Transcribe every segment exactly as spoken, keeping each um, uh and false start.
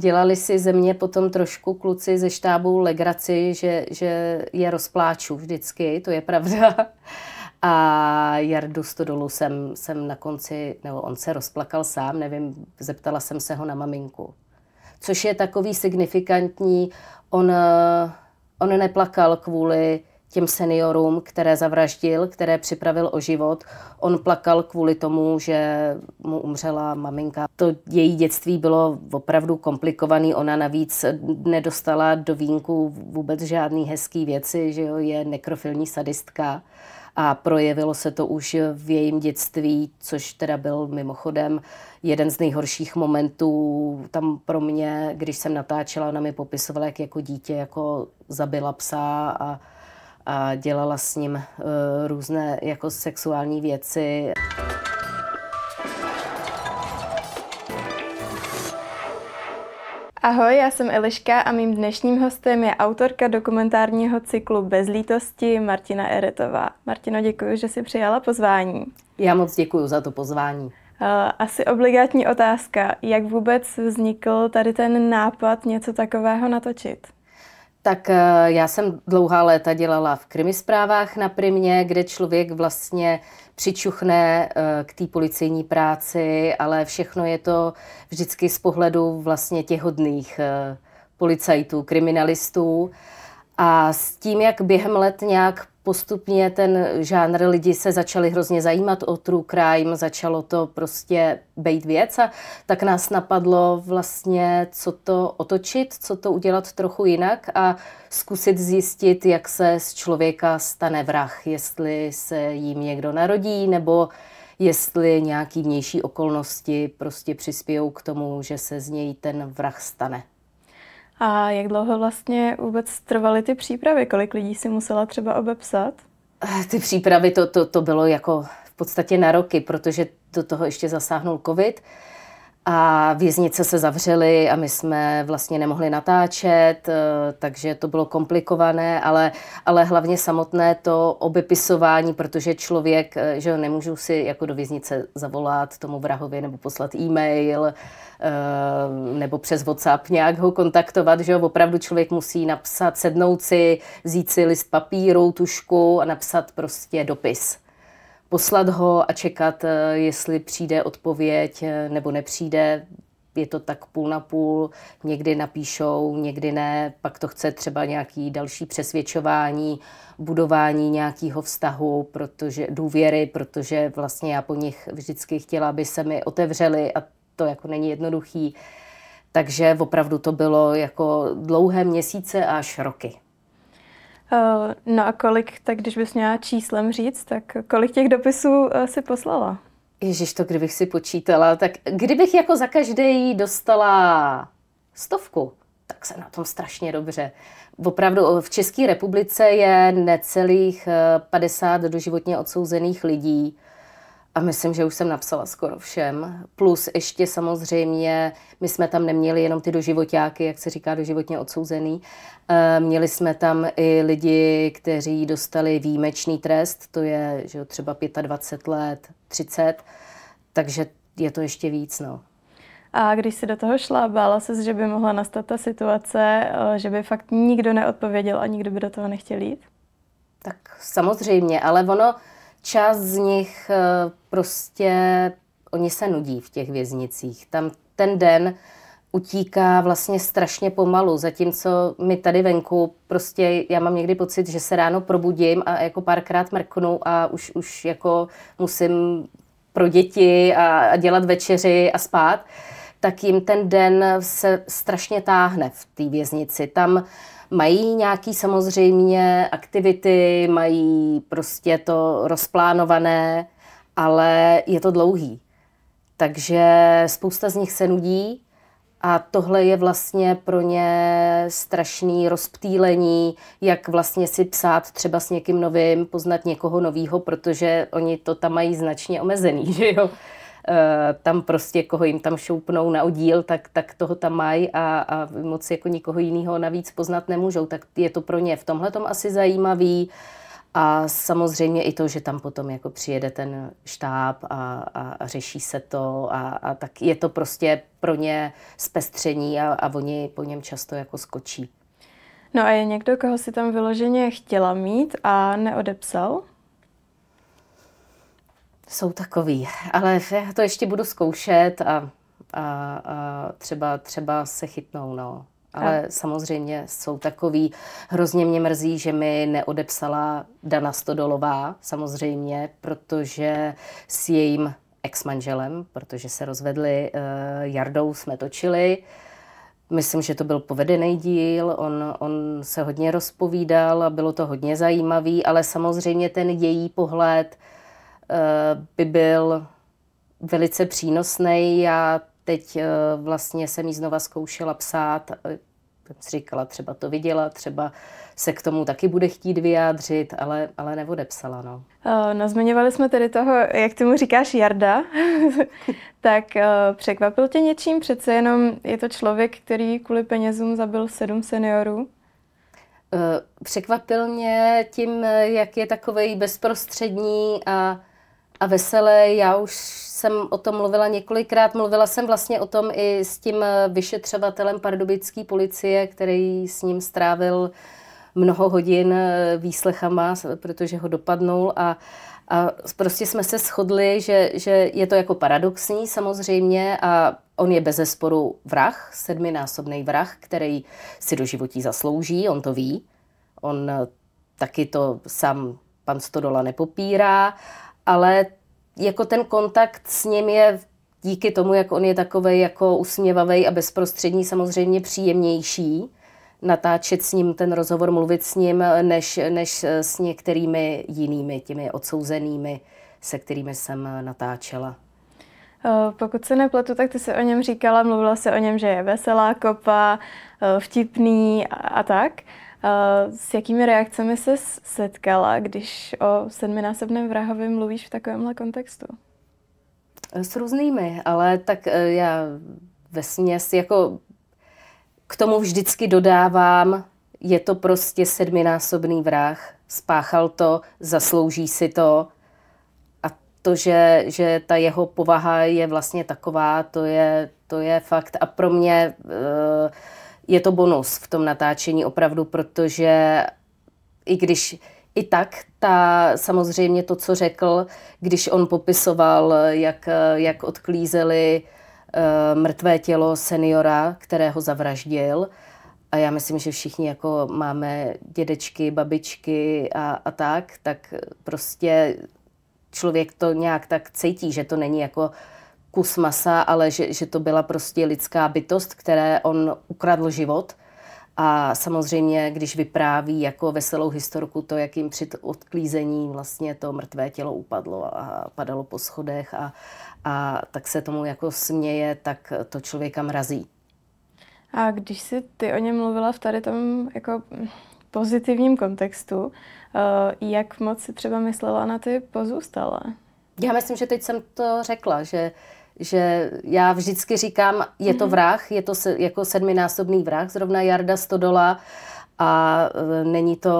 dělali si ze mě potom trošku kluci ze štábu legraci, že, že je rozpláču vždycky, to je pravda. A Jardu Stodolu jsem, jsem na konci, nebo on se rozplakal sám, nevím, zeptala jsem se ho na maminku. Což je takový signifikantní, on, on neplakal kvůli těm seniorům, které zavraždil, které připravil o život. On plakal kvůli tomu, že mu umřela maminka. To její dětství bylo opravdu komplikované. Ona navíc nedostala do vínku vůbec žádný hezký věci, že jo, je nekrofilní sadistka. A projevilo se to už v jejím dětství, což teda byl mimochodem jeden z nejhorších momentů tam pro mě, když jsem natáčela, ona mi popisovala, jak jako dítě jako zabila psa a, a dělala s ním uh, různé jako sexuální věci. Ahoj, já jsem Eliška a mým dnešním hostem je autorka dokumentárního cyklu Bez lítosti Martina Eretová. Martino, děkuji, že jsi přijala pozvání. Já moc děkuji za to pozvání. Asi obligátní otázka, jak vůbec vznikl tady ten nápad něco takového natočit? Tak já jsem dlouhá léta dělala v krimisprávách na Primě, kde člověk vlastně přičuchne k té policejní práci, ale všechno je to vždycky z pohledu vlastně těch hodných policajtů, kriminalistů. A s tím, jak během let nějak postupně ten žánr, lidi se začali hrozně zajímat o true crime, začalo to prostě bejt věc a tak nás napadlo vlastně, co to otočit, co to udělat trochu jinak a zkusit zjistit, jak se z člověka stane vrah, jestli se jim někdo narodí nebo jestli nějaký vnější okolnosti prostě přispějou k tomu, že se z něj ten vrah stane. A jak dlouho vlastně vůbec trvaly ty přípravy? Kolik lidí si musela třeba obepsat? Ty přípravy, to, to, to bylo jako v podstatě na roky, protože do toho ještě zasáhnul covid a věznice se zavřely a my jsme vlastně nemohli natáčet, takže to bylo komplikované, ale, ale hlavně samotné to obepisování, protože člověk, že nemůžu si jako do věznice zavolat tomu vrahovi nebo poslat e-mail, nebo přes WhatsApp nějak ho kontaktovat, že opravdu člověk musí napsat, sednout si, vzít si list papíru, tužku a napsat prostě dopis. Poslat ho a čekat, jestli přijde odpověď nebo nepřijde. Je to tak půl na půl, někdy napíšou, někdy ne, pak to chce třeba nějaký další přesvědčování, budování nějakého vztahu, protože důvěry, protože vlastně já po nich vždycky chtěla, aby se mi otevřeli a to jako není jednoduchý. Takže opravdu to bylo jako dlouhé měsíce až roky. No a kolik, tak když bys měla číslem říct, tak kolik těch dopisů si poslala? Ježiš, to kdybych si počítala, tak kdybych jako za každý dostala stovku, tak jsem na tom strašně dobře. Opravdu v České republice je necelých padesát doživotně odsouzených lidí a myslím, že už jsem napsala skoro všem. Plus ještě samozřejmě, my jsme tam neměli jenom ty doživoťáky, jak se říká doživotně odsouzený. Měli jsme tam i lidi, kteří dostali výjimečný trest, to je že třeba dvacet pět let, třicet, takže je to ještě víc. No. A když jsi do toho šla, bála ses, že by mohla nastat ta situace, že by fakt nikdo neodpověděl a nikdo by do toho nechtěl jít? Tak samozřejmě, ale ono, část z nich prostě, oni se nudí v těch věznicích. Tam ten den utíká vlastně strašně pomalu, zatímco my tady venku prostě, já mám někdy pocit, že se ráno probudím a jako párkrát mrknu a už, už jako musím pro děti a, a dělat večeři a spát, tak jim ten den se strašně táhne v té věznici. Tam mají nějaký samozřejmě aktivity, mají prostě to rozplánované, ale je to dlouhý. Takže spousta z nich se nudí a tohle je vlastně pro ně strašný rozptýlení, jak vlastně si psát třeba s někým novým, poznat někoho novýho, protože oni to tam mají značně omezený, že jo. Tam prostě, koho jim tam šoupnou na oddíl, tak, tak toho tam mají a, a moc jako nikoho jiného navíc poznat nemůžou. Tak je to pro ně v tomhletom asi zajímavý. A samozřejmě i to, že tam potom jako přijede ten štáb a, a, a řeší se to a, a tak je to prostě pro ně zpestření a, a oni po něm často jako skočí. No a je někdo, koho si tam vyloženě chtěla mít a neodepsal? Jsou takový, ale já to ještě budu zkoušet a, a, a třeba, třeba se chytnou, no. Ale a. samozřejmě jsou takový. Hrozně mě mrzí, že mi neodepsala Dana Stodolová, samozřejmě, protože s jejím ex-manželem, protože se rozvedli, Jardou jsme točili. Myslím, že to byl povedený díl, on, on se hodně rozpovídal a bylo to hodně zajímavý, ale samozřejmě ten její pohled by byl velice přínosný. Já teď vlastně jsem jí znova zkoušela psát, jsem si říkala, třeba to viděla, třeba se k tomu taky bude chtít vyjádřit, ale, ale neodepsala. No. No, zmiňovali jsme tedy toho, jak ty mu říkáš Jarda, tak překvapil tě něčím? Přece jenom je to člověk, který kvůli penězům zabil sedm seniorů. Překvapil mě tím, jak je takovej bezprostřední a A veselé, já už jsem o tom mluvila několikrát. Mluvila jsem vlastně o tom i s tím vyšetřovatelem pardubické policie, který s ním strávil mnoho hodin výslechama, protože ho dopadnul. A, a prostě jsme se shodli, že, že je to jako paradoxní samozřejmě a on je bezesporu vrah, sedminásobný vrah, který si do životí zaslouží, on to ví. On taky to sám pan Stodola nepopírá. Ale jako ten kontakt s ním je díky tomu, jak on je takovej jako usměvavej a bezprostřední, samozřejmě příjemnější natáčet s ním ten rozhovor, mluvit s ním, než, než s některými jinými, těmi odsouzenými, se kterými jsem natáčela. Pokud se nepletu, tak ty se o něm říkala, mluvila se o něm, že je veselá kopa, vtipný a, a tak. S jakými reakcemi se setkala, když o sedminásobném vrahovi mluvíš v takovémhle kontextu? S různými, ale tak já vesměs jako k tomu vždycky dodávám, je to prostě sedminásobný vrah, spáchal to, zaslouží si to a to, že, že ta jeho povaha je vlastně taková, to je, to je fakt a pro mě je to bonus v tom natáčení opravdu, protože i když i tak ta, samozřejmě to, co řekl, když on popisoval, jak, jak odklízeli uh, mrtvé tělo seniora, kterého zavraždil, a já myslím, že všichni jako máme dědečky, babičky a, a tak, tak prostě člověk to nějak tak cítí, že to není jako kus masa, ale že, že to byla prostě lidská bytost, které on ukradl život. A samozřejmě, když vypráví jako veselou historku to, jak jim při odklízení vlastně to mrtvé tělo upadlo a padalo po schodech a, a tak se tomu jako směje, tak to člověka mrazí. A když jsi ty o něm mluvila v tady tom jako pozitivním kontextu, jak moc si třeba myslela na ty pozůstalé? Já myslím, že teď jsem to řekla, že že já vždycky říkám, je to vrah, je to se, jako sedminásobný vrah, zrovna Jarda Stodola a e, není to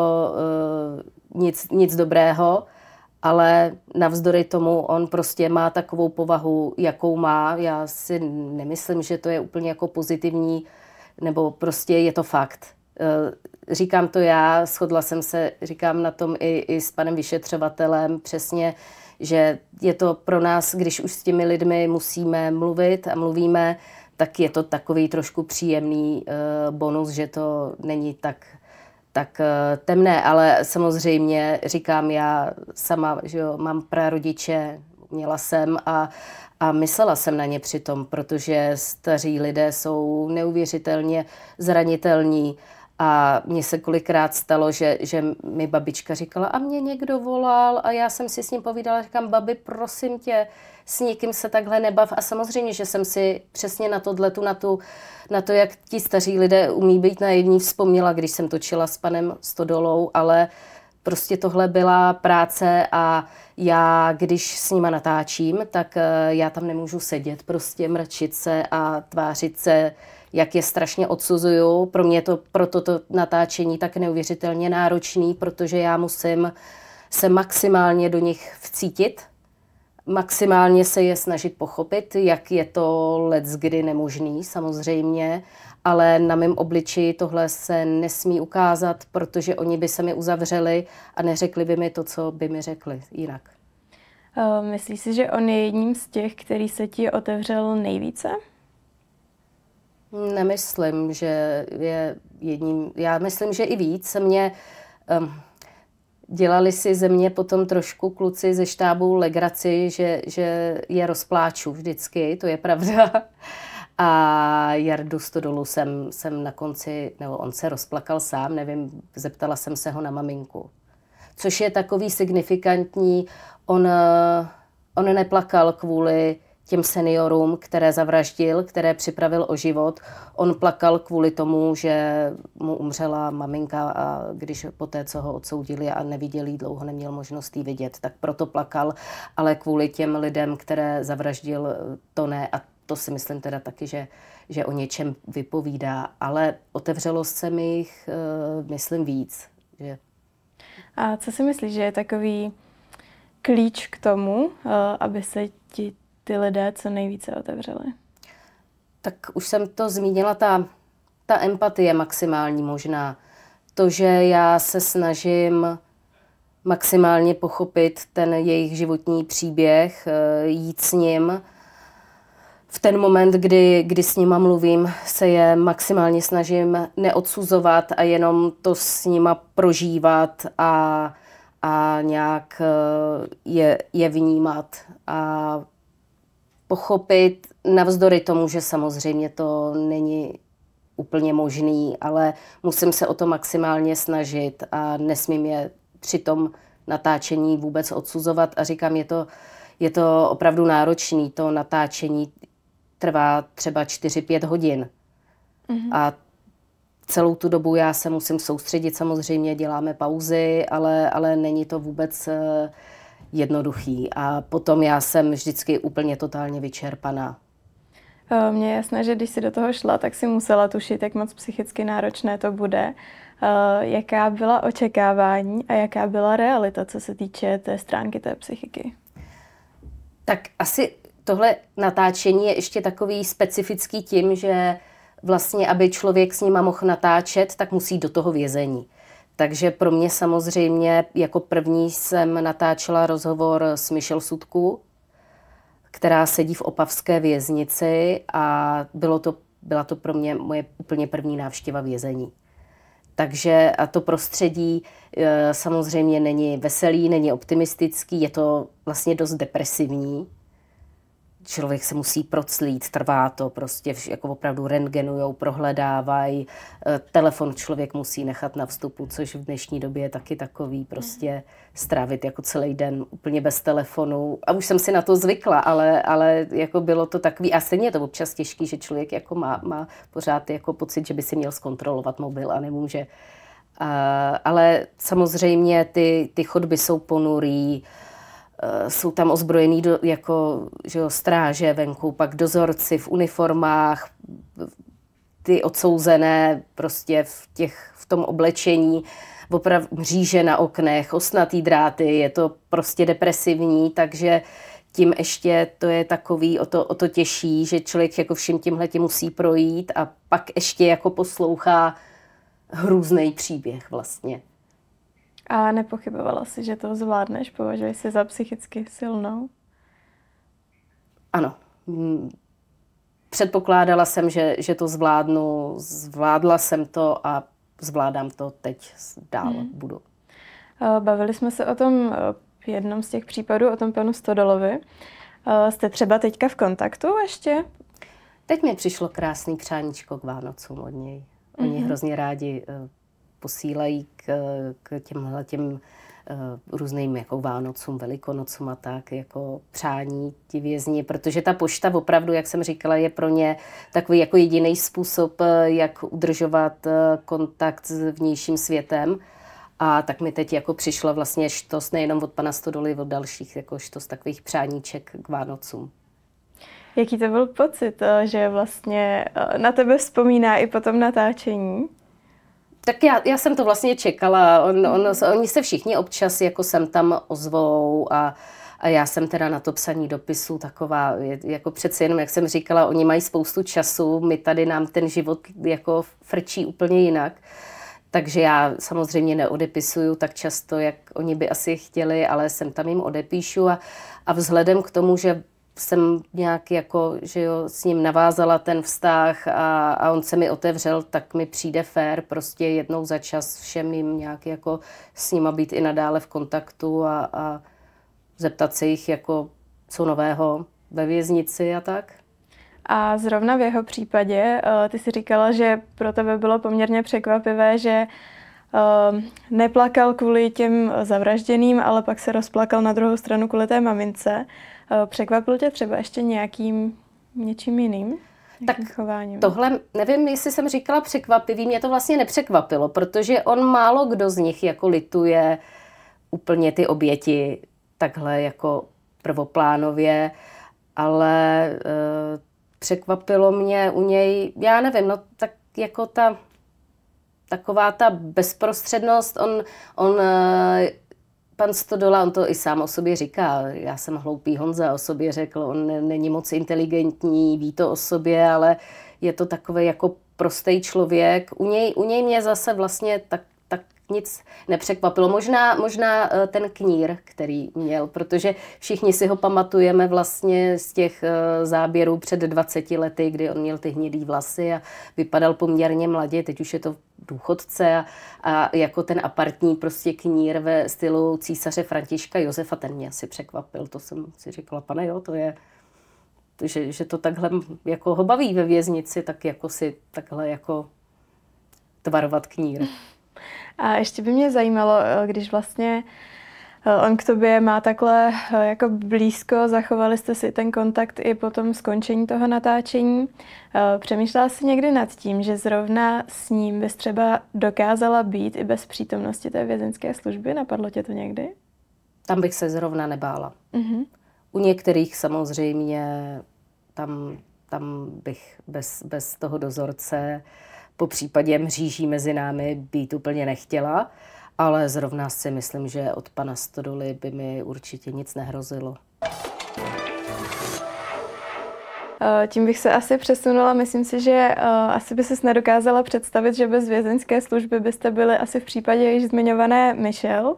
e, nic, nic dobrého, ale navzdory tomu on prostě má takovou povahu, jakou má. Já si nemyslím, že to je úplně jako pozitivní, nebo prostě je to fakt. E, říkám to já, shodla jsem se, říkám na tom i, i s panem vyšetřovatelem přesně, že je to pro nás, když už s těmi lidmi musíme mluvit a mluvíme, tak je to takový trošku příjemný uh, bonus, že to není tak, tak uh, temné, ale samozřejmě říkám já sama, že jo, mám prarodiče, měla jsem a, a myslela jsem na ně přitom, protože staří lidé jsou neuvěřitelně zranitelní. A mně se kolikrát stalo, že, že mi babička říkala, a mě někdo volal a já jsem si s ním povídala, říkám, babi, prosím tě, s nikým se takhle nebav. A samozřejmě, že jsem si přesně na tohletu, na, tu, na to, jak ti staří lidé umí být naivní, vzpomněla, když jsem točila s panem Stodolou, ale prostě tohle byla práce a já, když s nima natáčím, tak já tam nemůžu sedět, prostě mračit se a tvářit se, jak je strašně odsuzuju. Pro mě je to proto to natáčení tak neuvěřitelně náročný, protože já musím se maximálně do nich vcítit, maximálně se je snažit pochopit, jak je to leckdy nemožný samozřejmě, ale na mém obličeji tohle se nesmí ukázat, protože oni by se mi uzavřeli a neřekli by mi to, co by mi řekli jinak. Myslíš si, že on je jedním z těch, který se ti otevřel nejvíce? Nemyslím, že je jedním. Já myslím, že i víc. Mě um, dělali si ze mě potom trošku kluci ze štábu legraci, že, že je rozpláču vždycky, to je pravda. A Jardu Stodolu jsem, jsem na konci, nebo on se rozplakal sám, nevím, zeptala jsem se ho na maminku. Což je takový signifikantní, on, on neplakal kvůli těm seniorům, které zavraždil, které připravil o život. On plakal kvůli tomu, že mu umřela maminka a když poté, co ho odsoudili a neviděl jí dlouho, neměl možnost jí vidět, tak proto plakal, ale kvůli těm lidem, které zavraždil, to ne. A to si myslím teda taky, že, že o něčem vypovídá, ale otevřelo se mi jich, myslím, víc. Že... A co si myslíš, že je takový klíč k tomu, aby se ti ty lidé co nejvíce otevřeli? Tak už jsem to zmínila, ta, ta empatie maximální možná. To, že já se snažím maximálně pochopit ten jejich životní příběh, jít s ním. V ten moment, kdy, kdy s nima mluvím, se je maximálně snažím neodsuzovat a jenom to s nima prožívat a, a nějak je, je vnímat a pochopit navzdory tomu, že samozřejmě to není úplně možný, ale musím se o to maximálně snažit a nesmím je při tom natáčení vůbec odsuzovat a říkám, je to, je to opravdu náročný, to natáčení trvá třeba čtyři pět hodin. Mm-hmm. A celou tu dobu já se musím soustředit, samozřejmě děláme pauzy, ale, ale není to vůbec jednoduchý. A potom já jsem vždycky úplně totálně vyčerpaná. Mně je jasné, že když jsi do toho šla, tak si musela tušit, jak moc psychicky náročné to bude. Jaká byla očekávání a jaká byla realita, co se týče té stránky té psychiky? Tak asi tohle natáčení je ještě takový specifický tím, že vlastně, aby člověk s nima mohl natáčet, tak musí do toho vězení. Takže pro mě samozřejmě jako první jsem natáčela rozhovor s Michelle Sutku, která sedí v opavské věznici a bylo to, byla to pro mě moje úplně první návštěva vězení. Takže a to prostředí e, samozřejmě není veselý, není optimistický, je to vlastně dost depresivní. Člověk se musí proclít, trvá to, prostě jako opravdu rentgenujou, prohledávají. Telefon člověk musí nechat na vstupu, což v dnešní době je taky takový, prostě strávit jako celý den úplně bez telefonu. A už jsem si na to zvykla, ale, ale jako bylo to takový, a stejně je to občas těžký, že člověk jako má, má pořád jako pocit, že by si měl zkontrolovat mobil a nemůže. A, ale samozřejmě ty, ty chodby jsou ponurý, jsou tam ozbrojení do, jako že jo, stráže venku, pak dozorci v uniformách, ty odsouzené prostě v, těch, v tom oblečení, opravdu mříže na oknech, ostnatý dráty, je to prostě depresivní, takže tím ještě to je takový o to, o to těžší, že člověk jako vším tímhletím musí projít a pak ještě jako poslouchá hrůzný příběh vlastně. A nepochybovala jsi, že to zvládneš? Považuješ se za psychicky silnou? Ano. Předpokládala jsem, že, že to zvládnu. Zvládla jsem to a zvládám to teď dál. Hmm. Budu. Bavili jsme se o tom v jednom z těch případů, o tom panu Stodolovi. Jste třeba teďka v kontaktu ještě? Teď mi přišlo krásný přáníčko k Vánocům od něj. Oni hmm. hrozně rádi posílají k, k těmhle těm uh, různým jako Vánocům, Velikonocům a tak, jako přání ti vězni, protože ta pošta opravdu, jak jsem říkala, je pro ně takový jako jediný způsob, jak udržovat kontakt s vnějším světem. A tak mi teď jako přišla vlastně štos nejenom od pana Stodoly, od dalších jako štos takových přáníček k Vánocům. Jaký to byl pocit, že vlastně na tebe vzpomíná i po tom natáčení? Tak já, já jsem to vlastně čekala. On, on, oni se všichni občas jako sem tam ozvou a, a já jsem teda na to psaní dopisů taková, jako přece jenom, jak jsem říkala, oni mají spoustu času, my tady nám ten život jako frčí úplně jinak. Takže já samozřejmě neodepisuju tak často, jak oni by asi chtěli, ale jsem tam jim odepíšu a, a vzhledem k tomu, že jsem nějak jako, že jo, s ním navázala ten vztah a, a on se mi otevřel, tak mi přijde fér prostě jednou za čas všem jim nějak jako s nima být i nadále v kontaktu a, a zeptat se jich jako co nového ve věznici a tak. A zrovna v jeho případě, ty si říkala, že pro tebe bylo poměrně překvapivé, že neplakal kvůli těm zavražděným, ale pak se rozplakal na druhou stranu kvůli té mamince. Překvapil tě třeba ještě nějakým něčím jiným? Tak chováním? Tohle, nevím, jestli jsem říkala překvapivý, mě to vlastně nepřekvapilo, protože on málo kdo z nich jako lituje úplně ty oběti takhle jako prvoplánově, ale e, překvapilo mě u něj, já nevím, no tak jako ta taková ta bezprostřednost, on, on pan Stodola, on to i sám o sobě říká, já jsem hloupý Honza, o sobě řekl, on není moc inteligentní, ví to o sobě, ale je to takový jako prostý člověk. U něj, u něj mě zase vlastně tak, tak nic nepřekvapilo. Možná, možná ten knír, který měl, protože všichni si ho pamatujeme vlastně z těch záběrů před dvaceti lety, kdy on měl ty hnědý vlasy a vypadal poměrně mladě, teď už je to důchodce a, a jako ten apartní prostě knír ve stylu císaře Františka Josefa, ten mě asi překvapil, to jsem si říkala, pane jo, to je, že, že to takhle jako ho baví ve věznici, tak jako si takhle jako tvarovat knír. A ještě by mě zajímalo, když vlastně on k tobě má takhle jako blízko, zachovali jste si ten kontakt i po tom skončení toho natáčení. Přemýšlela jsi někdy nad tím, že zrovna s ním bys třeba dokázala být i bez přítomnosti té vězeňské služby? Napadlo tě to někdy? Tam bych se zrovna nebála. Uh-huh. U některých samozřejmě tam, tam bych bez, bez toho dozorce, po případě mříží mezi námi být úplně nechtěla. Ale zrovna si myslím, že od pana Stodoly by mi určitě nic nehrozilo. Tím bych se asi přesunula. Myslím si, že asi by ses nedokázala představit, že bez vězeňské služby byste byli asi v případě již zmiňované Michelle.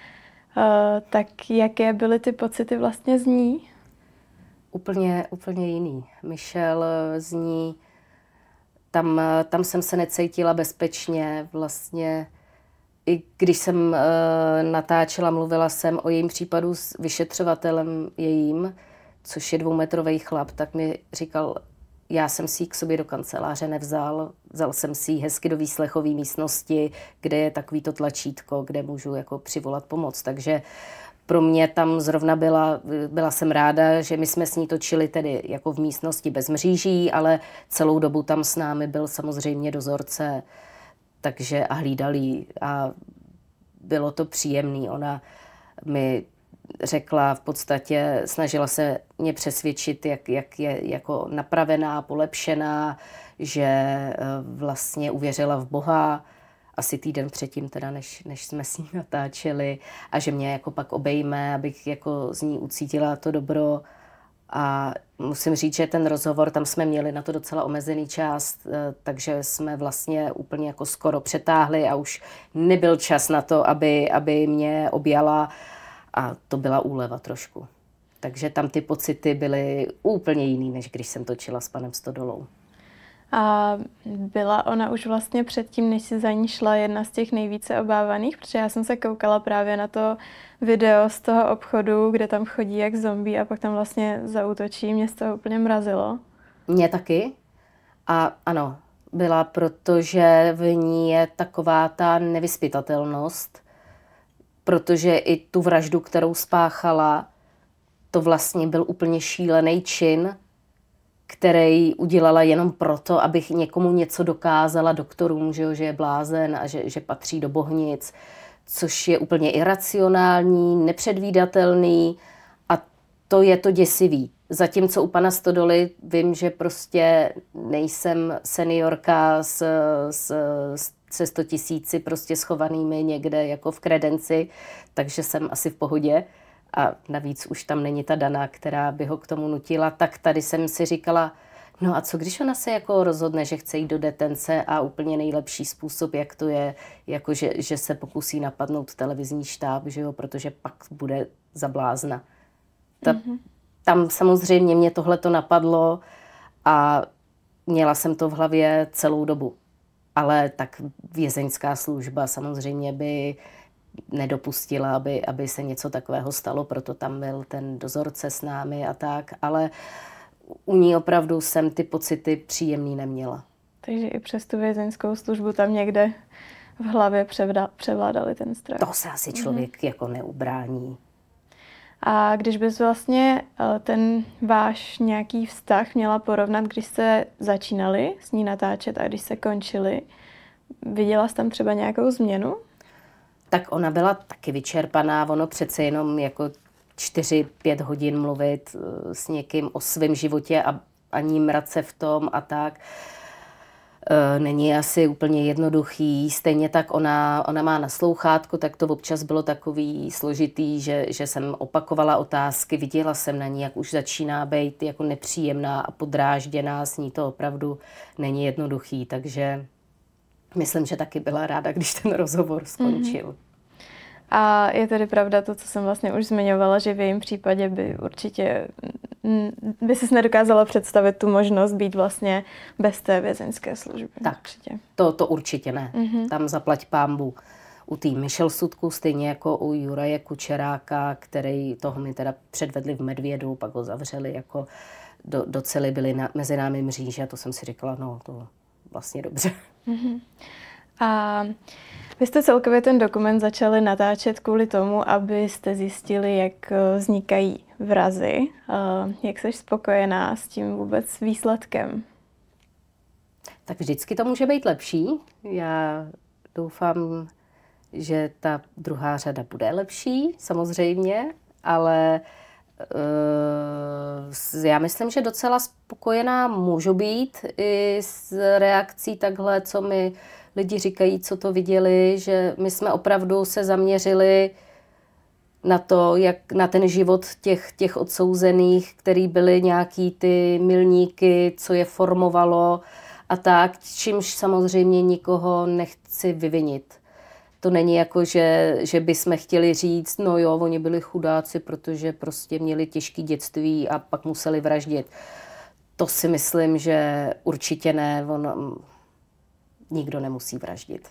Tak jaké byly ty pocity vlastně z ní? Úplně, úplně jiný. Michelle z ní, tam, tam jsem se necítila bezpečně vlastně. I když jsem e, natáčela, mluvila jsem o jejím případu s vyšetřovatelem jejím, což je dvoumetrový chlap, tak mi říkal, já jsem si ji k sobě do kanceláře nevzal, vzal jsem si ji hezky do výslechové místnosti, kde je takový to tlačítko, kde můžu jako přivolat pomoc. Takže pro mě tam zrovna byla, byla jsem ráda, že my jsme s ní točili tedy jako v místnosti bez mříží, ale celou dobu tam s námi byl samozřejmě dozorce, takže a hlídali a bylo to příjemný. Ona mi řekla v podstatě, snažila se mě přesvědčit, jak, jak je jako napravená, polepšená, že vlastně uvěřila v Boha asi týden předtím, teda, než, než jsme s ní natáčeli a že mě jako pak obejme, abych jako z ní ucítila to dobro. A musím říct, že ten rozhovor, tam jsme měli na to docela omezený čas, takže jsme vlastně úplně jako skoro přetáhli a už nebyl čas na to, aby, aby mě objala a to byla úleva trošku. Takže tam ty pocity byly úplně jiný, než když jsem točila s panem Stodolou. A byla ona už vlastně předtím, než si za ní šla, jedna z těch nejvíce obávaných? Protože já jsem se koukala právě na to video z toho obchodu, kde tam chodí jak zombie a pak tam vlastně zaútočí. Mě z toho úplně mrazilo. Mě taky. A ano, byla, protože v ní je taková ta nevyzpytatelnost, protože i tu vraždu, kterou spáchala, to vlastně byl úplně šílený čin, který udělala jenom proto, abych někomu něco dokázala doktorům, že, jo, že je blázen a že, že patří do Bohnic, což je úplně iracionální, nepředvídatelný a to je to děsivý. Zatímco u pana Stodoly vím, že prostě nejsem seniorka s, s, se sto tisíci prostě schovanými někde jako v kredenci, takže jsem asi v pohodě. A navíc už tam není ta Dana, která by ho k tomu nutila. Tak tady jsem si říkala, no a co když ona se jako rozhodne, že chce jít do detence a úplně nejlepší způsob, jak to je, jako že, že se pokusí napadnout televizní štáb, že jo, protože pak bude za blázna. Ta, mm-hmm. Tam samozřejmě mě tohleto napadlo a měla jsem to v hlavě celou dobu. Ale tak vězeňská služba samozřejmě by nedopustila, aby, aby se něco takového stalo, proto tam byl ten dozorce s námi a tak, ale u ní opravdu jsem ty pocity příjemný neměla. Takže i přes tu vězeňskou službu tam někde v hlavě převládali ten strach. To se asi člověk mm-hmm. jako neubrání. A když bys vlastně ten váš nějaký vztah měla porovnat, když jste začínali s ní natáčet a když se končili, viděla jsi tam třeba nějakou změnu? Tak ona byla taky vyčerpaná, ono přece jenom jako čtyři, pět hodin mluvit s někým o svém životě a ani mrat se v tom a tak. Není asi úplně jednoduchý. Stejně tak ona, ona má naslouchátko, tak to občas bylo takový složitý, že, že jsem opakovala otázky, viděla jsem na ní, jak už začíná být jako nepříjemná a podrážděná, s ní to opravdu není jednoduchý, takže myslím, že taky byla ráda, když ten rozhovor skončil. Mm-hmm. A je tedy pravda to, co jsem vlastně už zmiňovala, že v jejím případě by určitě by si nedokázala představit tu možnost být vlastně bez té vězeňské služby. Tak, určitě. To, to určitě ne. Mm-hmm. Tam zaplať pánbu. U té Michelle Sudku, stejně jako u Juraje Kučeráka, který toho mi teda předvedli v Medvědu, pak ho zavřeli, jako do, docela byli na, mezi námi mříže a to jsem si říkala, no to vlastně dobře. Mm-hmm. A vy jste celkově ten dokument začali natáčet kvůli tomu, abyste zjistili, jak vznikají vrazy. Jak jsi spokojená s tím vůbec výsledkem? Tak vždycky to může být lepší. Já doufám, že ta druhá řada bude lepší, samozřejmě, ale uh, já myslím, že docela spokojená můžu být i s reakcí takhle, co mi lidi říkají, co to viděli, že my jsme opravdu se zaměřili na to, jak na ten život těch, těch odsouzených, který byly nějaký ty milníky, co je formovalo a tak, čímž samozřejmě nikoho nechci vyvinit. To není jako, že, že bychom chtěli říct, no jo, oni byli chudáci, protože prostě měli těžké dětství a pak museli vraždit. To si myslím, že určitě ne, on, nikdo nemusí vraždit.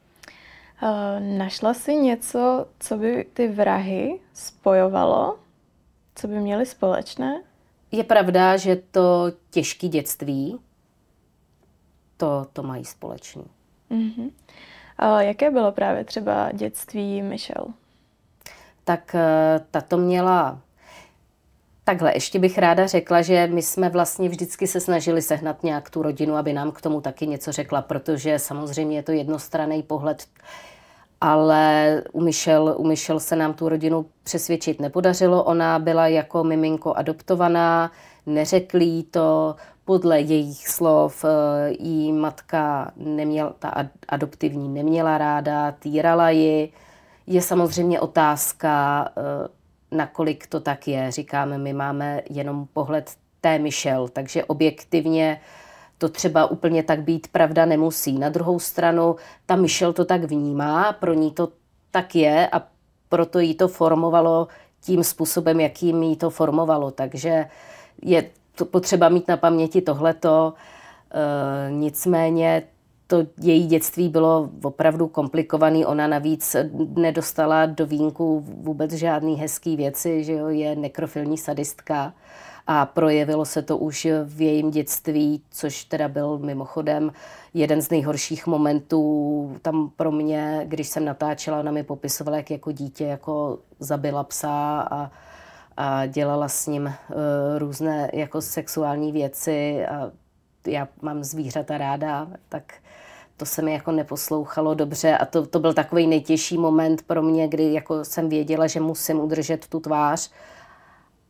Našla jsi něco, co by ty vrahy spojovalo? Co by měly společné? Je pravda, že to těžké dětství, to, to mají společný. Mm-hmm. A jaké bylo právě třeba dětství Michelle? Tak tato měla... Takhle, ještě bych ráda řekla, že my jsme vlastně vždycky se snažili sehnat nějak tu rodinu, aby nám k tomu taky něco řekla, protože samozřejmě je to jednostranný pohled, ale u Michelle, u Michelle se nám tu rodinu přesvědčit nepodařilo. Ona byla jako miminko adoptovaná, neřekli jí to, podle jejich slov jí matka neměla, ta adoptivní neměla ráda, týrala ji. Je samozřejmě otázka, nakolik to tak je. Říkáme, my máme jenom pohled té Michelle, takže objektivně to třeba úplně tak být pravda nemusí. Na druhou stranu, ta Michelle to tak vnímá, pro ní to tak je a proto jí to formovalo tím způsobem, jakým jí to formovalo. Takže je to potřeba mít na paměti tohleto. E, nicméně to její dětství bylo opravdu komplikovaný. Ona navíc nedostala do vínku vůbec žádný hezký věci, že jo, je nekrofilní sadistka a projevilo se to už v jejím dětství, což teda byl mimochodem jeden z nejhorších momentů tam pro mě, když jsem natáčela, ona mi popisovala, jak jako dítě jako zabila psa a, a dělala s ním uh, různé jako sexuální věci a já mám zvířata ráda, tak to se mi jako neposlouchalo dobře a to, to byl takový nejtěžší moment pro mě, kdy jako jsem věděla, že musím udržet tu tvář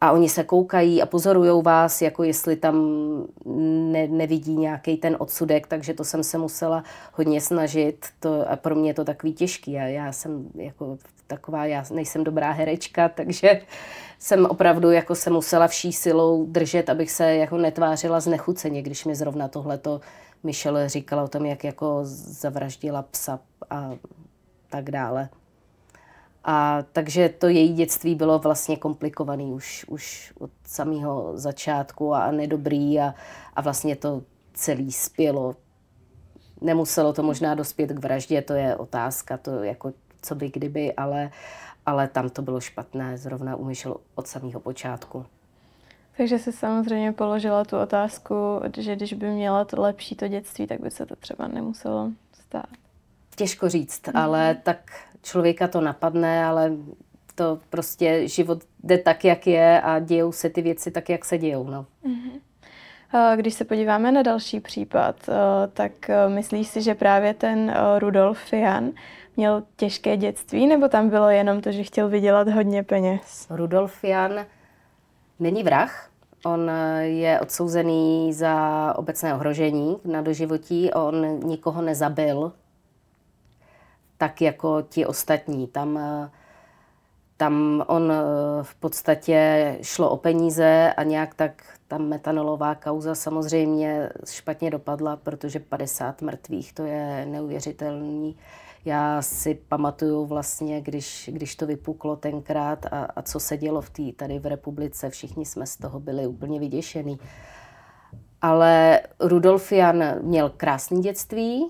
a oni se koukají a pozorujou vás, jako jestli tam ne, nevidí nějaký ten odsudek, takže to jsem se musela hodně snažit. To, a pro mě je to takový těžký. A já jsem jako taková, já nejsem dobrá herečka, takže jsem opravdu jako se musela vší silou držet, abych se jako netvářila znechuceně, když mi zrovna tohleto Michelle říkala o tom, jak jako zavraždila psa a tak dále. A takže to její dětství bylo vlastně komplikovaný už, už od samého začátku a nedobrý a, a vlastně to celý spělo. Nemuselo to možná dospět k vraždě, to je otázka, to jako co by kdyby, ale, ale tam to bylo špatné, zrovna u Michelle od samého počátku. Takže si samozřejmě položila tu otázku, že když by měla to lepší to dětství, tak by se to třeba nemuselo stát. Těžko říct, mm. ale tak člověka to napadne, ale to prostě život jde tak, jak je a dějou se ty věci tak, jak se dějou. No. Mm-hmm. Když se podíváme na další případ, tak myslíš si, že právě ten Rudolf Jan měl těžké dětství, nebo tam bylo jenom to, že chtěl vydělat hodně peněz? Rudolf Jan není vrah. On je odsouzený za obecné ohrožení na doživotí. On nikoho nezabil, tak jako ti ostatní. Tam, tam on v podstatě šlo o peníze a nějak tak ta metanolová kauza samozřejmě špatně dopadla, protože padesát mrtvých, to je neuvěřitelný. Já si pamatuju vlastně, když, když to vypuklo tenkrát a, a co se dělo v tý, tady v republice, všichni jsme z toho byli úplně vyděšení. Ale Rudolf Jan měl krásné dětství.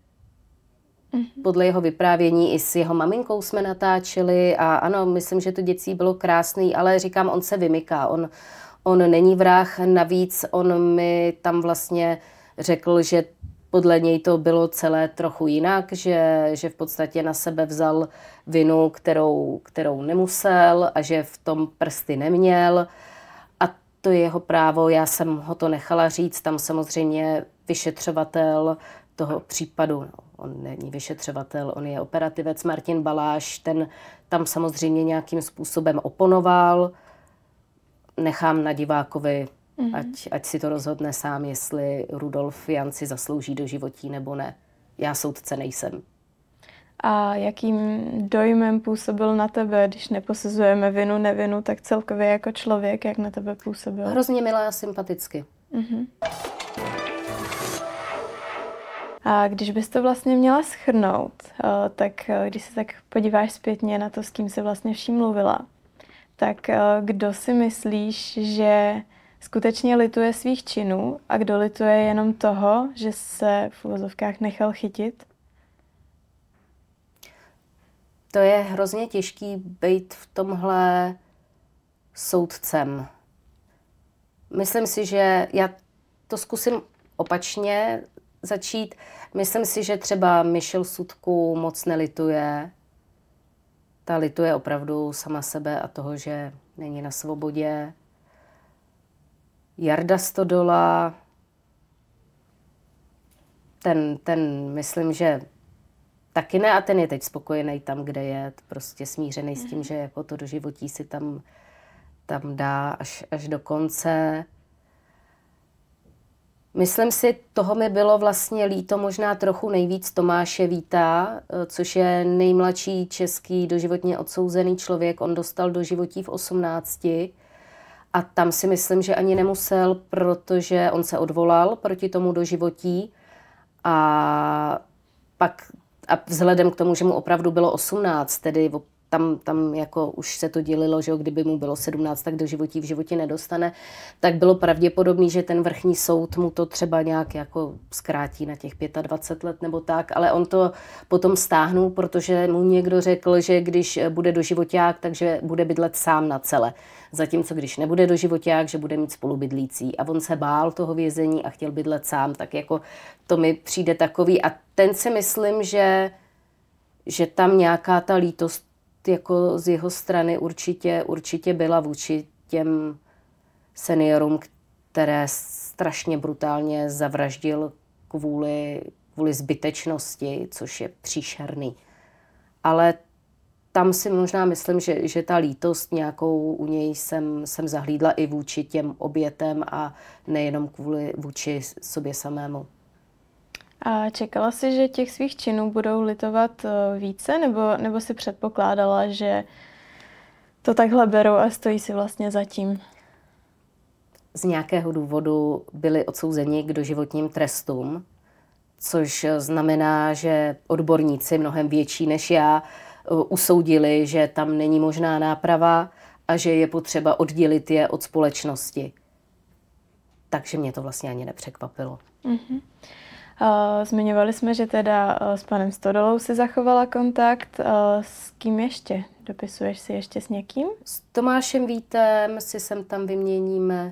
Podle jeho vyprávění i s jeho maminkou jsme natáčeli a ano, myslím, že to dětství bylo krásný, ale říkám, on se vymyká. On, on není vrah, navíc on mi tam vlastně řekl, že podle něj to bylo celé trochu jinak, že, že v podstatě na sebe vzal vinu, kterou, kterou nemusel a že v tom prsty neměl. A to je jeho právo, já jsem ho to nechala říct, tam samozřejmě vyšetřovatel toho případu, no, on není vyšetřovatel, on je operativec Martin Baláš, ten tam samozřejmě nějakým způsobem oponoval. Nechám na divákovi, mm-hmm. ať, ať si to rozhodne sám, jestli Rudolf Jan si zaslouží doživotí nebo ne. Já soudce nejsem. A jakým dojmem působil na tebe, když neposuzujeme vinu, nevinu, tak celkově jako člověk, jak na tebe působil? Hrozně milé a sympaticky. Mm-hmm. A když bys to vlastně měla shrnout, tak když se tak podíváš zpětně na to, s kým jsi vlastně vším mluvila, tak kdo si myslíš, že skutečně lituje svých činů a kdo lituje jenom toho, že se v uvozovkách nechal chytit? To je hrozně těžký být v tomhle soudcem. Myslím si, že já to zkusím opačně začít. Myslím si, že třeba Michelle Sutku moc nelituje. Ta lituje opravdu sama sebe a toho, že není na svobodě. Jarda Stodola, ten, ten myslím, že taky ne a ten je teď spokojený tam, kde je, prostě smířený s tím, že jako to doživotí si tam, tam dá až, až do konce. Myslím si, toho mi bylo vlastně líto možná trochu nejvíc Tomáše Víta, což je nejmladší český doživotně odsouzený člověk. On dostal doživotí v osmnácti a tam si myslím, že ani nemusel, protože on se odvolal proti tomu doživotí a pak a vzhledem k tomu, že mu opravdu bylo osmnáct, tedy tam, tam jako už se to dělilo, že kdyby mu bylo sedmnáct, tak doživotí v životě nedostane, tak bylo pravděpodobné, že ten vrchní soud mu to třeba nějak jako zkrátí na těch dvacet pět let nebo tak, ale on to potom stáhnul, protože mu někdo řekl, že když bude doživoťák, takže bude bydlet sám na cele. Zatímco když nebude doživoťák, že bude mít spolubydlící. A on se bál toho vězení a chtěl bydlet sám, tak jako to mi přijde takový. A ten si myslím, že, že tam nějaká ta lítost jako z jeho strany určitě, určitě byla vůči těm seniorům, které strašně brutálně zavraždil kvůli, kvůli zbytečnosti, což je příšerný. Ale tam si možná myslím, že, že ta lítost nějakou u něj jsem, jsem zahlídla i vůči těm obětem a nejenom kvůli vůči sobě samému. A čekala jsi, že těch svých činů budou litovat více, nebo, nebo si předpokládala, že to takhle berou a stojí si vlastně za tím? Z nějakého důvodu byli odsouzeni k doživotním trestům, což znamená, že odborníci mnohem větší než já usoudili, že tam není možná náprava a že je potřeba oddělit je od společnosti. Takže mě to vlastně ani nepřekvapilo. Mm-hmm. Zmiňovali jsme, že teda s panem Stodolou si zachovala kontakt. S kým ještě? Dopisuješ si ještě s někým? S Tomášem Vítem si sem tam vyměníme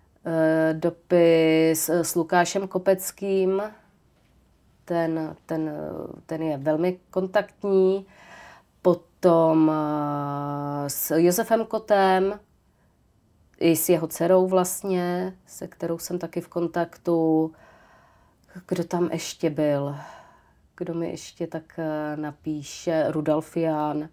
dopis, s Lukášem Kopeckým. Ten, ten, ten je velmi kontaktní. Potom s Josefem Kotem, i s jeho dcerou vlastně, se kterou jsem taky v kontaktu. Kdo tam ještě byl? Kdo mi ještě tak napíše? Rudolf Ján.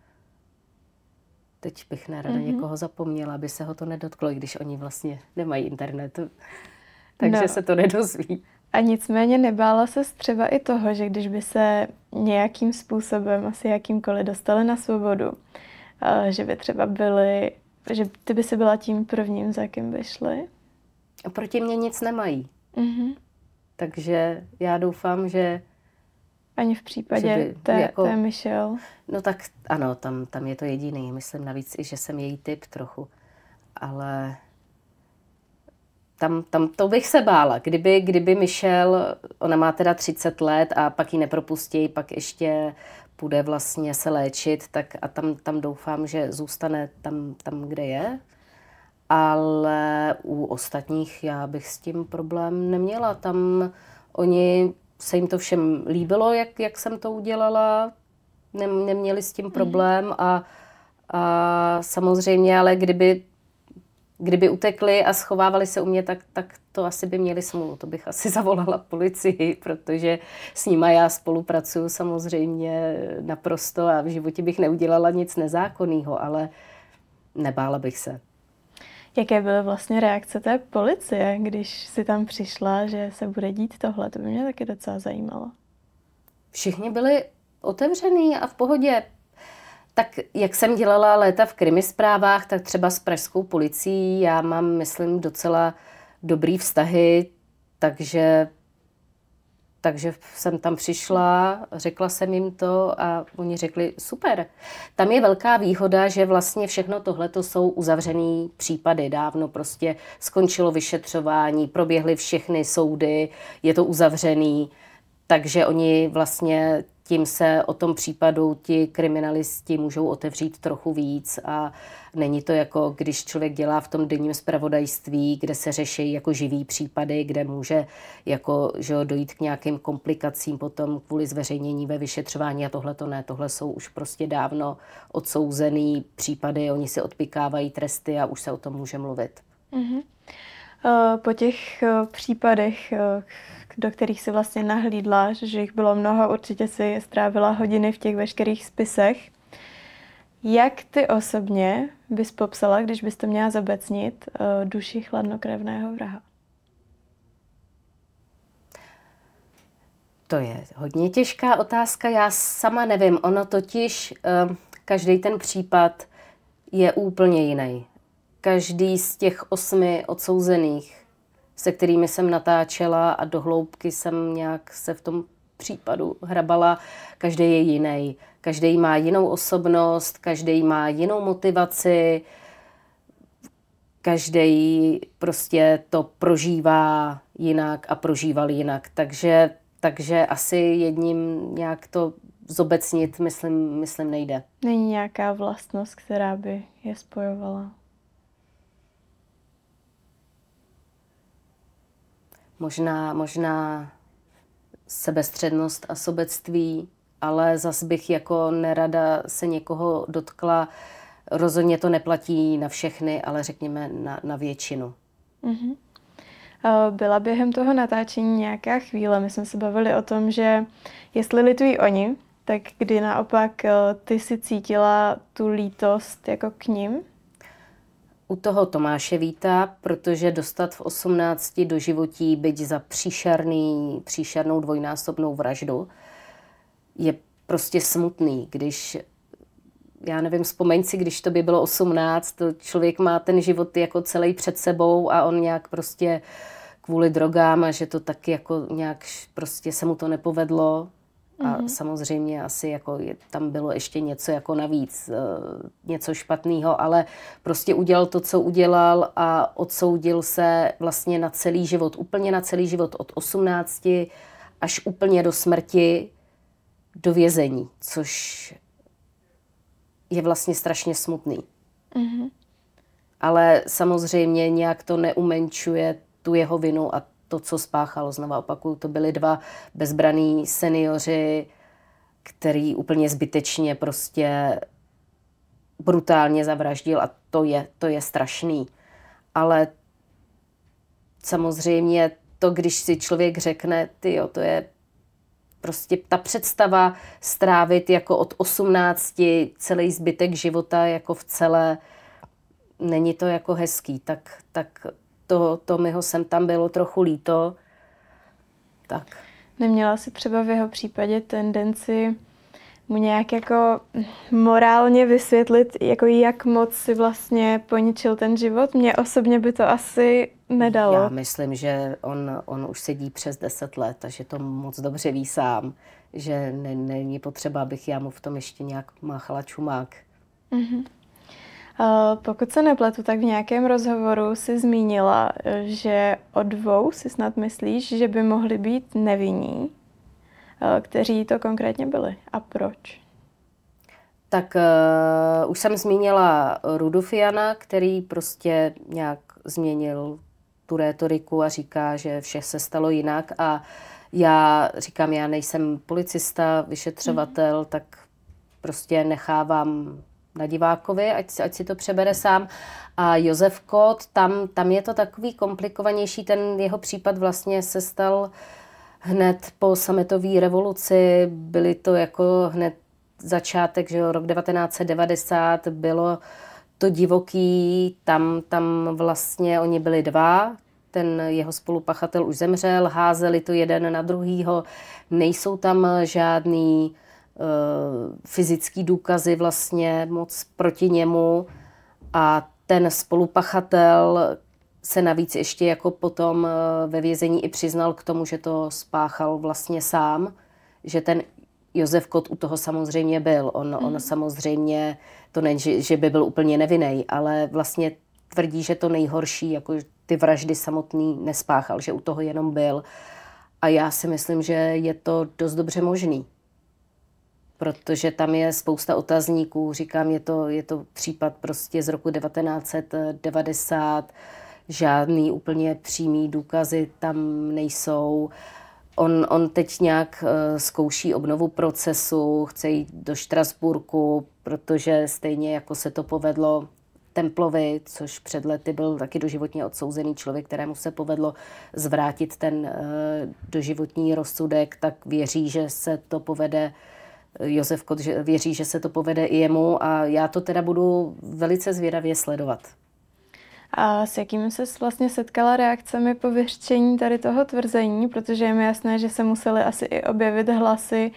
Teď bych nerada mm-hmm. někoho zapomněla, aby se ho to nedotklo, i když oni vlastně nemají internet. Takže no. se to nedozví. A nicméně nebála ses třeba i toho, že když by se nějakým způsobem, asi jakýmkoliv, dostali na svobodu, že by třeba byli, že ty by si byla tím prvním, za kým by šli? A proti mě nic nemají. Mm-hmm. Takže já doufám, že... Ani v případě by, té, jako, té Michelle. No tak ano, tam, tam je to jediný. Myslím navíc i, že jsem její typ trochu. Ale tam, tam to bych se bála. Kdyby, kdyby Michelle, ona má teda třicet let a pak ji nepropustí, pak ještě půjde vlastně se léčit, tak a tam, tam doufám, že zůstane tam, tam, kde je. Ale u ostatních já bych s tím problém neměla. Tam oni, se jim to všem líbilo, jak, jak jsem to udělala. Nem, neměli s tím problém a, a samozřejmě, ale kdyby, kdyby utekli a schovávali se u mě, tak, tak to asi by měli smůlu. To bych asi zavolala policii, protože s nima já spolupracuju samozřejmě naprosto a v životě bych neudělala nic nezákonného, ale nebála bych se. Jaké byly vlastně reakce té policie, když si tam přišla, že se bude dít tohle? To by mě taky docela zajímalo. Všichni byli otevřený a v pohodě. Tak jak jsem dělala léta v krimisprávách, tak třeba s pražskou policií já mám, myslím, docela dobrý vztahy, takže, takže jsem tam přišla, řekla jsem jim to a oni řekli super. Tam je velká výhoda, že vlastně všechno tohleto jsou uzavřený případy. Dávno prostě skončilo vyšetřování, proběhly všechny soudy, je to uzavřený, takže oni vlastně tím se o tom případu ti kriminalisti můžou otevřít trochu víc a není to jako, když člověk dělá v tom denním zpravodajství, kde se řeší jako živý případy, kde může jako, že jo, dojít k nějakým komplikacím potom kvůli zveřejnění ve vyšetřování a tohle to ne, tohle jsou už prostě dávno odsouzený případy, oni si odpikávají tresty a už se o tom může mluvit. Mm-hmm. Po těch případech, do kterých si vlastně nahlídla, že jich bylo mnoho, určitě si strávila hodiny v těch veškerých spisech. Jak ty osobně bys popsala, když bys to měla zobecnit, duši chladnokrevného vraha? To je hodně těžká otázka, já sama nevím. Ono totiž, každý ten případ je úplně jiný. Každý z těch osmi odsouzených, se kterými jsem natáčela a do hloubky jsem nějak se v tom případu hrabala, každý je jiný. Každý má jinou osobnost, každý má jinou motivaci, každý prostě to prožívá jinak a prožíval jinak. Takže, takže asi jedním nějak to zobecnit, myslím, myslím nejde. Není nějaká vlastnost, která by je spojovala? Možná, možná sebestřednost a sobectví, ale zas bych jako nerada se někoho dotkla. Rozhodně to neplatí na všechny, ale řekněme na, na většinu. Mm-hmm. Byla během toho natáčení nějaká chvíle, my jsme se bavili o tom, že jestli litují oni, tak kdy naopak ty si cítila tu lítost jako k nim? U toho Tomáše Víta, protože dostat v osmnácti do životí, byť za příšerný, příšernou dvojnásobnou vraždu, je prostě smutný, když, já nevím, vzpomeň si, když to by bylo osmnáct, to člověk má ten život jako celý před sebou a on nějak prostě kvůli drogám a že to taky jako nějak prostě se mu to nepovedlo. A mm-hmm. samozřejmě asi jako je, tam bylo ještě něco jako navíc, něco špatného, ale prostě udělal to, co udělal a odsoudil se vlastně na celý život, úplně na celý život od osmnácti až úplně do smrti do vězení, což je vlastně strašně smutný. Mm-hmm. Ale samozřejmě nějak to neumenčuje tu jeho vinu a to, co spáchalo. Znova opakuju, to byli dva bezbraní seniori, který úplně zbytečně prostě brutálně zavraždil a to je, to je strašný. Ale samozřejmě to, když si člověk řekne, tyjo, to je prostě ta představa strávit jako od osmnácti celý zbytek života jako v celé, není to jako hezký, tak, tak to, to mi ho sem tam bylo trochu líto. Tak. Neměla jsi třeba v jeho případě tendenci mu nějak jako morálně vysvětlit, jako jak moc si vlastně poničil ten život? Mně osobně by to asi nedalo. Já myslím, že on, on už sedí přes deset let a že to moc dobře ví sám, že ne, není potřeba, abych já mu v tom ještě nějak máchala čumák. Mm-hmm. Pokud se nepletu, tak v nějakém rozhovoru si zmínila, že o dvou si snad myslíš, že by mohli být nevinní. Kteří to konkrétně byli a proč? Tak uh, už jsem zmínila Rudufiana, který prostě nějak změnil tu rétoriku a říká, že vše se stalo jinak. A já říkám, já nejsem policista, vyšetřovatel, mm. tak prostě nechávám na divákovi, ať, ať si to přebere sám. A Josef Kott, tam, tam je to takový komplikovanější, ten jeho případ vlastně se stal hned po sametové revoluci, byly to jako hned začátek, že jo, rok devatenáct set devadesát, bylo to divoký, tam, tam vlastně oni byli dva, ten jeho spolupachatel už zemřel, házeli to jeden na druhýho, nejsou tam žádný uh, fyzický důkazy vlastně moc proti němu a ten spolupachatel se navíc ještě jako potom ve vězení i přiznal k tomu, že to spáchal vlastně sám, že ten Josef Kott u toho samozřejmě byl. On, mm. on samozřejmě, to není, že, že by byl úplně nevinný, ale vlastně tvrdí, že to nejhorší, jako ty vraždy samotný nespáchal, že u toho jenom byl. A já si myslím, že je to dost dobře možný. Protože tam je spousta otazníků, říkám, je to, je to případ prostě z roku devatenáct set devadesát, žádný úplně přímý důkazy tam nejsou. On, on teď nějak uh, zkouší obnovu procesu, chce jít do Štrasburku, protože stejně jako se to povedlo Templovi, což před lety byl taky doživotně odsouzený člověk, kterému se povedlo zvrátit ten uh, doživotní rozsudek, tak věří, že se to povede Josef Kott, že věří, že se to povede i jemu a já to teda budu velice zvědavě sledovat. A s jakými se vlastně setkala reakcemi po vyřčení tady toho tvrzení, protože je mi jasné, že se musely asi i objevit hlasy,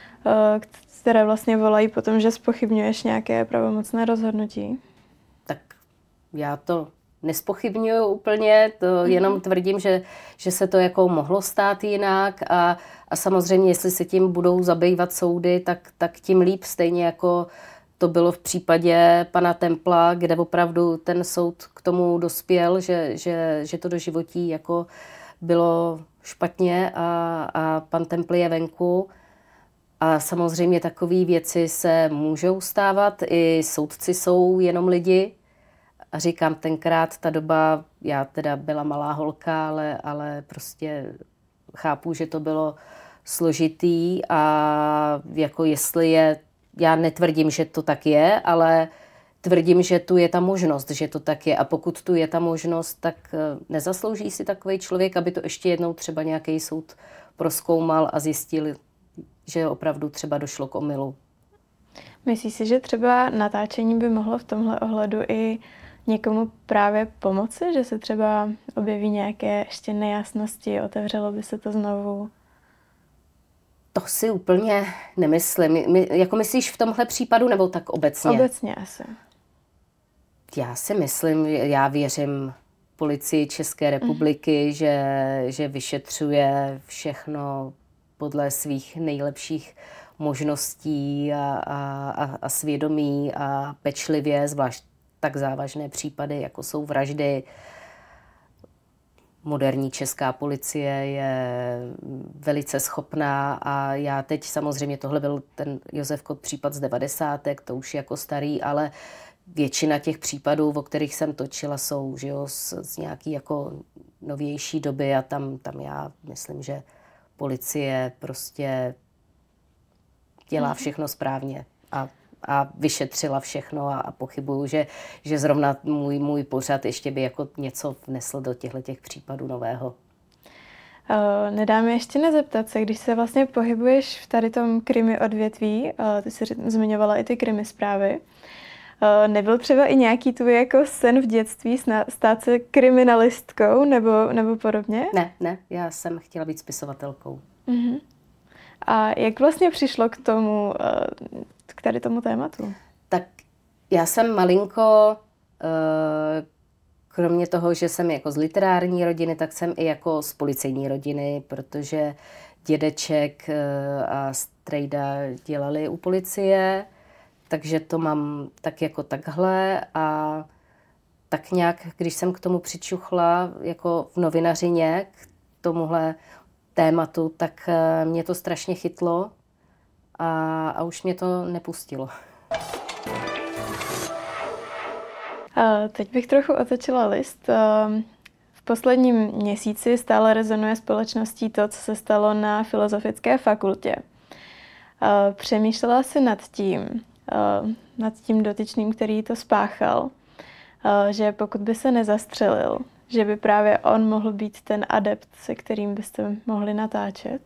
které vlastně volají potom, že zpochybňuješ nějaké pravomocné rozhodnutí. Tak já to nespochybňuju úplně, to mm-hmm. jenom tvrdím, že, že se to jako mohlo stát jinak a, a samozřejmě, jestli se tím budou zabývat soudy, tak, tak tím líp, stejně jako to bylo v případě pana Templa, kde opravdu ten soud k tomu dospěl, že, že, že to doživotí jako bylo špatně a, a pan Templ je venku. A samozřejmě takové věci se můžou stávat, i soudci jsou jenom lidi. A říkám, tenkrát ta doba, já teda byla malá holka, ale, ale prostě chápu, že to bylo složitý a jako jestli je, já netvrdím, že to tak je, ale tvrdím, že tu je ta možnost, že to tak je. A pokud tu je ta možnost, tak nezaslouží si takový člověk, aby to ještě jednou třeba nějaký soud prozkoumal a zjistil, že opravdu třeba došlo k omylu. Myslíš si, že třeba natáčení by mohlo v tomhle ohledu i někomu právě pomoci, že se třeba objeví nějaké ještě nejasnosti, otevřelo by se to znovu? To si úplně nemyslím. My, jako myslíš v tomhle případu nebo tak obecně? Obecně asi. Já si myslím, já věřím Policii České republiky, mm. že, že vyšetřuje všechno podle svých nejlepších možností a, a, a svědomí a pečlivě, zvlášť tak závažné případy, jako jsou vraždy. Moderní česká policie je velice schopná a já teď samozřejmě, tohle byl ten Josef Kott případ z devadesátek, to už jako starý, ale většina těch případů, o kterých jsem točila, jsou že jo, z, z nějaký jako novější doby a tam, tam já myslím, že policie prostě dělá všechno správně a, a vyšetřila všechno a, a pochybuju, že, že zrovna můj, můj pořad ještě by jako něco vnesl do těchto těch případů nového. Uh, nedá mi ještě nezeptat se, když se vlastně pohybuješ v tady tom krimi odvětví, uh, ty jsi zmiňovala i ty krimi zprávy, uh, nebyl třeba i nějaký tvůj jako sen v dětství stát se kriminalistkou nebo, nebo podobně? Ne, ne, já jsem chtěla být spisovatelkou. Uh-huh. A jak vlastně přišlo k tomu, uh, k tady tomu tématu? Tak já jsem malinko, uh, kromě toho, že jsem jako z literární rodiny, tak jsem i jako z policejní rodiny, protože dědeček a strejda dělali u policie, takže to mám tak jako takhle a tak nějak, když jsem k tomu přičuchla jako v novinařině, k tomuhle tématu, tak mě to strašně chytlo a, a už mě to nepustilo. Teď bych trochu otočila list. V posledním měsíci stále rezonuje společností to, co se stalo na Filozofické fakultě. Přemýšlela jsi nad tím, nad tím dotyčným, který to spáchal, že pokud by se nezastřelil, že by právě on mohl být ten adept, se kterým byste mohli natáčet?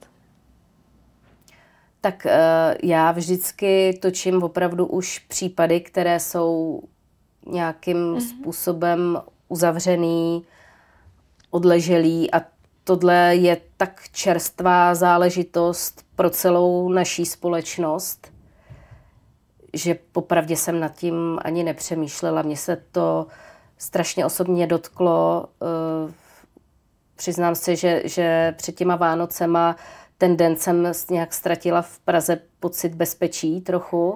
Tak já vždycky točím opravdu už případy, které jsou nějakým mm-hmm. způsobem uzavřený, odleželý a tohle je tak čerstvá záležitost pro celou naší společnost, že popravdě jsem nad tím ani nepřemýšlela. Mně se to strašně osobně dotklo. Přiznám se, že, že před těma Vánocema ten den jsem nějak ztratila v Praze pocit bezpečí trochu.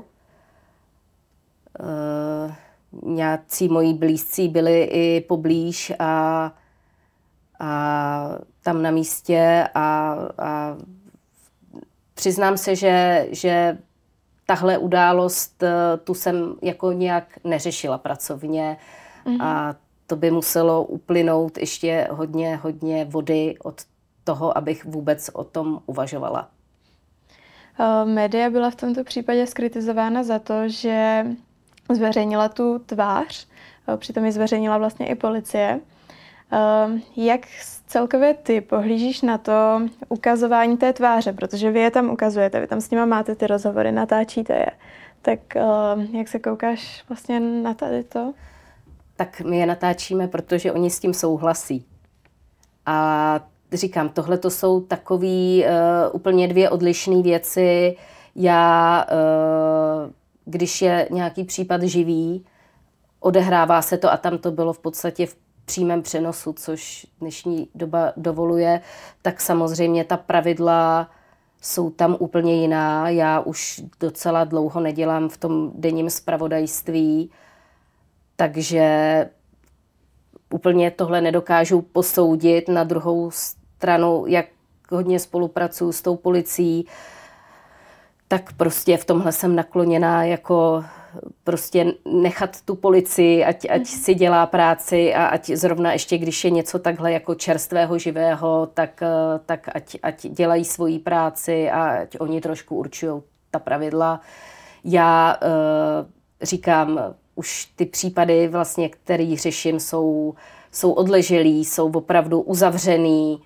Nějací moji blízcí byli i poblíž a, a tam na místě a, a přiznám se, že, že tahle událost tu jsem jako nějak neřešila pracovně mm-hmm. a to by muselo uplynout ještě hodně, hodně vody od toho, abych vůbec o tom uvažovala. Média byla v tomto případě skritizována za to, že zveřejnila tu tvář, přitom ji zveřejnila vlastně i policie. Jak celkově ty pohlížíš na to ukazování té tváře, protože vy je tam ukazujete, vy tam s nima máte ty rozhovory, natáčíte je. Tak jak se koukáš vlastně na tady to? Tak my je natáčíme, protože oni s tím souhlasí. A říkám, tohle to jsou takový uh, úplně dvě odlišné věci. Já, uh, když je nějaký případ živý, odehrává se to a tam to bylo v podstatě v přímém přenosu, což dnešní doba dovoluje, tak samozřejmě ta pravidla jsou tam úplně jiná. Já už docela dlouho nedělám v tom denním zpravodajství, takže úplně tohle nedokážu posoudit. Na druhou stranu, jak hodně spolupracuju s tou policií, tak prostě v tomhle jsem nakloněná jako prostě nechat tu policii, ať, ať si dělá práci a ať zrovna ještě, když je něco takhle jako čerstvého, živého, tak, tak ať, ať dělají svoji práci a ať oni trošku určují ta pravidla. Já uh, říkám, už ty případy, vlastně, které řeším, jsou, jsou odleželý, jsou opravdu uzavřený.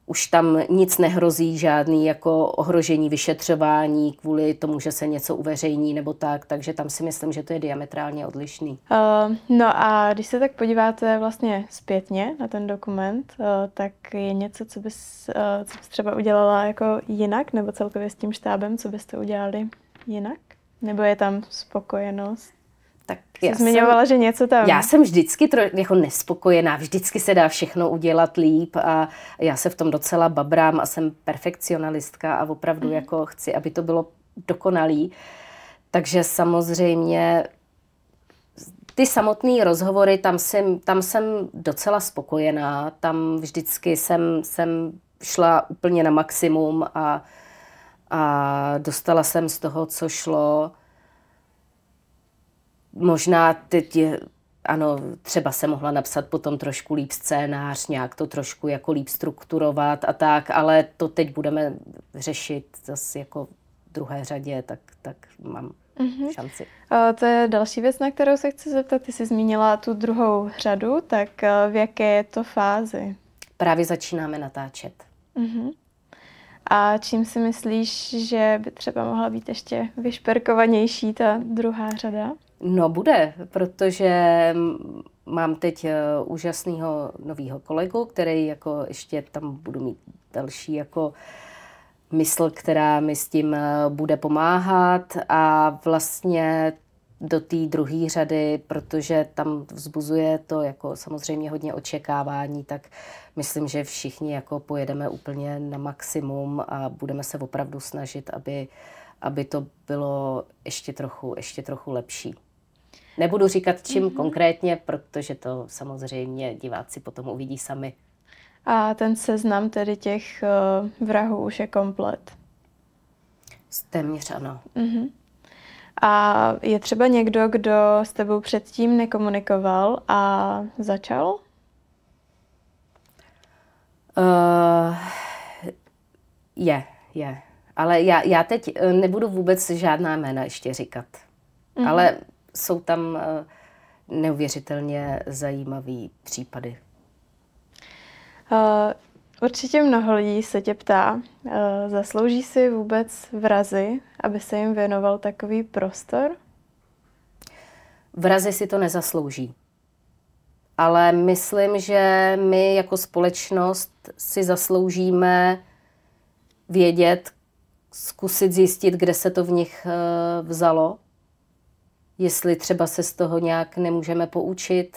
už tam nic nehrozí, žádný jako ohrožení vyšetřování kvůli tomu, že se něco uveřejní nebo tak, takže tam si myslím, že to je diametrálně odlišný. Uh, no a když se tak podíváte vlastně zpětně na ten dokument, uh, tak je něco, co bys, uh, co bys třeba udělala jako jinak, nebo celkově s tím štábem, co byste udělali jinak? Nebo je tam spokojenost? Tak Jsi zmiňovala, že něco tam... Já jsem vždycky tro, jako nespokojená, vždycky se dá všechno udělat líp a já se v tom docela babrám a jsem perfekcionalistka a opravdu mm. jako chci, aby to bylo dokonalý. Takže samozřejmě ty samotné rozhovory, tam jsem, tam jsem docela spokojená, tam vždycky jsem, jsem šla úplně na maximum a, a dostala jsem z toho, co šlo. Možná teď, ano, třeba se mohla napsat potom trošku líp scénář, nějak to trošku jako líp strukturovat a tak, ale to teď budeme řešit zase jako v druhé řadě, tak, tak mám mm-hmm. šanci. A to je další věc, na kterou se chci zeptat. Ty jsi zmínila tu druhou řadu, tak v jaké je to fázi? Právě začínáme natáčet. Mm-hmm. A čím si myslíš, že by třeba mohla být ještě vyšperkovanější ta druhá řada? No bude, protože mám teď úžasného nového kolegu, který jako ještě tam budu mít další jako mysl, která mi s tím bude pomáhat a vlastně do té druhé řady, protože tam vzbuzuje to jako samozřejmě hodně očekávání, tak myslím, že všichni jako pojedeme úplně na maximum a budeme se opravdu snažit, aby, aby to bylo ještě trochu, ještě trochu lepší. Nebudu říkat čím mm-hmm. konkrétně, protože to samozřejmě diváci potom uvidí sami. A ten seznam tedy těch uh, vrahů už je komplet? Téměř ano. Mm-hmm. A je třeba někdo, kdo s tebou předtím nekomunikoval a začal? Uh, je, je. Ale já, já teď nebudu vůbec žádná jména ještě říkat. Mm-hmm. Ale jsou tam uh, neuvěřitelně zajímavý případy. Uh, určitě mnoho lidí se tě ptá, uh, zaslouží si vůbec vrazi, aby se jim věnoval takový prostor? Vrazi si to nezaslouží. Ale myslím, že my jako společnost si zasloužíme vědět, zkusit zjistit, kde se to v nich uh, vzalo. Jestli třeba se z toho nějak nemůžeme poučit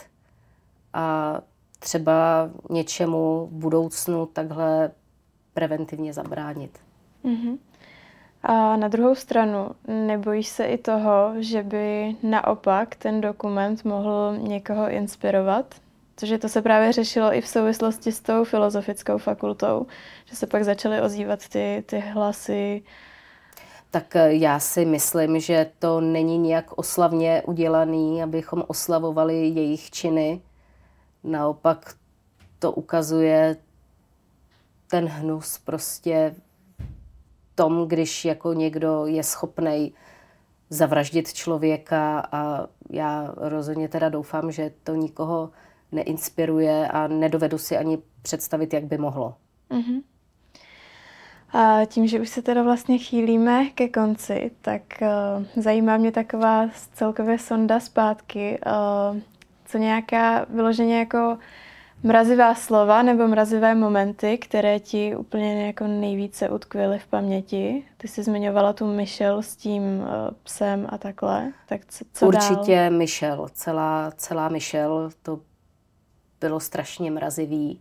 a třeba něčemu v budoucnu takhle preventivně zabránit. Mm-hmm. A na druhou stranu, nebojíš se i toho, že by naopak ten dokument mohl někoho inspirovat? Což to se právě řešilo i v souvislosti s tou filozofickou fakultou, že se pak začaly ozývat ty, ty hlasy. Tak já si myslím, že to není nějak oslavně udělaný, abychom oslavovali jejich činy. Naopak to ukazuje ten hnus prostě tom, když jako někdo je schopnej zavraždit člověka a já rozhodně teda doufám, že to nikoho neinspiruje a nedovedu si ani představit, jak by mohlo. Mm-hmm. A tím, že už se teda vlastně chýlíme ke konci, tak uh, zajímá mě taková celkově sonda zpátky, uh, co nějaká vyloženě jako mrazivá slova nebo mrazivé momenty, které ti úplně jako nejvíce utkvěly v paměti. Ty jsi zmiňovala tu Michelle s tím uh, psem a takhle. Tak co, co Určitě dál? Michelle, celá, celá Michelle, to bylo strašně mrazivý,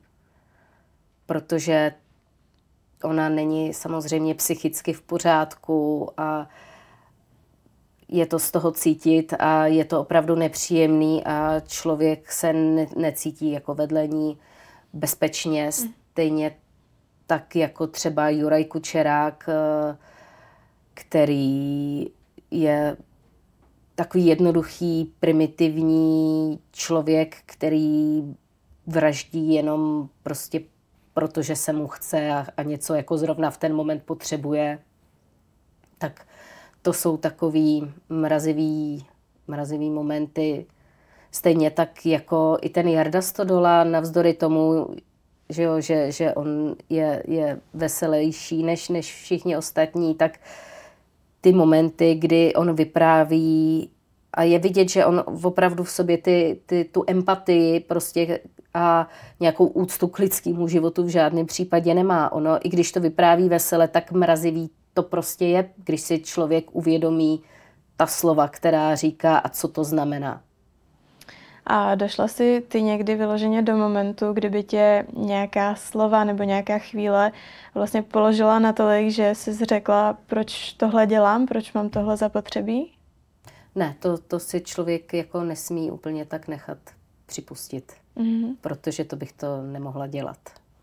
protože ona není samozřejmě psychicky v pořádku a je to z toho cítit a je to opravdu nepříjemný a člověk se ne- necítí jako vedle ní bezpečně. Stejně tak jako třeba Juraj Kučerák, který je takový jednoduchý, primitivní člověk, který vraždí jenom prostě protože se mu chce a, a něco jako zrovna v ten moment potřebuje. Tak to jsou takový mrazivý, mrazivý momenty. Stejně tak jako i ten Jarda Stodola, navzdory tomu, že, jo, že, že on je, je veselější než, než všichni ostatní, tak ty momenty, kdy on vypráví a je vidět, že on opravdu v sobě ty, ty, tu empatii prostě a nějakou úctu k lidskému životu v žádném případě nemá. Ono, i když to vypráví vesele, tak mrazivý to prostě je, když si člověk uvědomí ta slova, která říká a co to znamená. A došla jsi ty někdy vyloženě do momentu, kdyby tě nějaká slova nebo nějaká chvíle vlastně položila natolik, že jsi řekla, proč tohle dělám, proč mám tohle zapotřebí? Ne, to, to si člověk jako nesmí úplně tak nechat připustit, mm-hmm. protože to bych to nemohla dělat.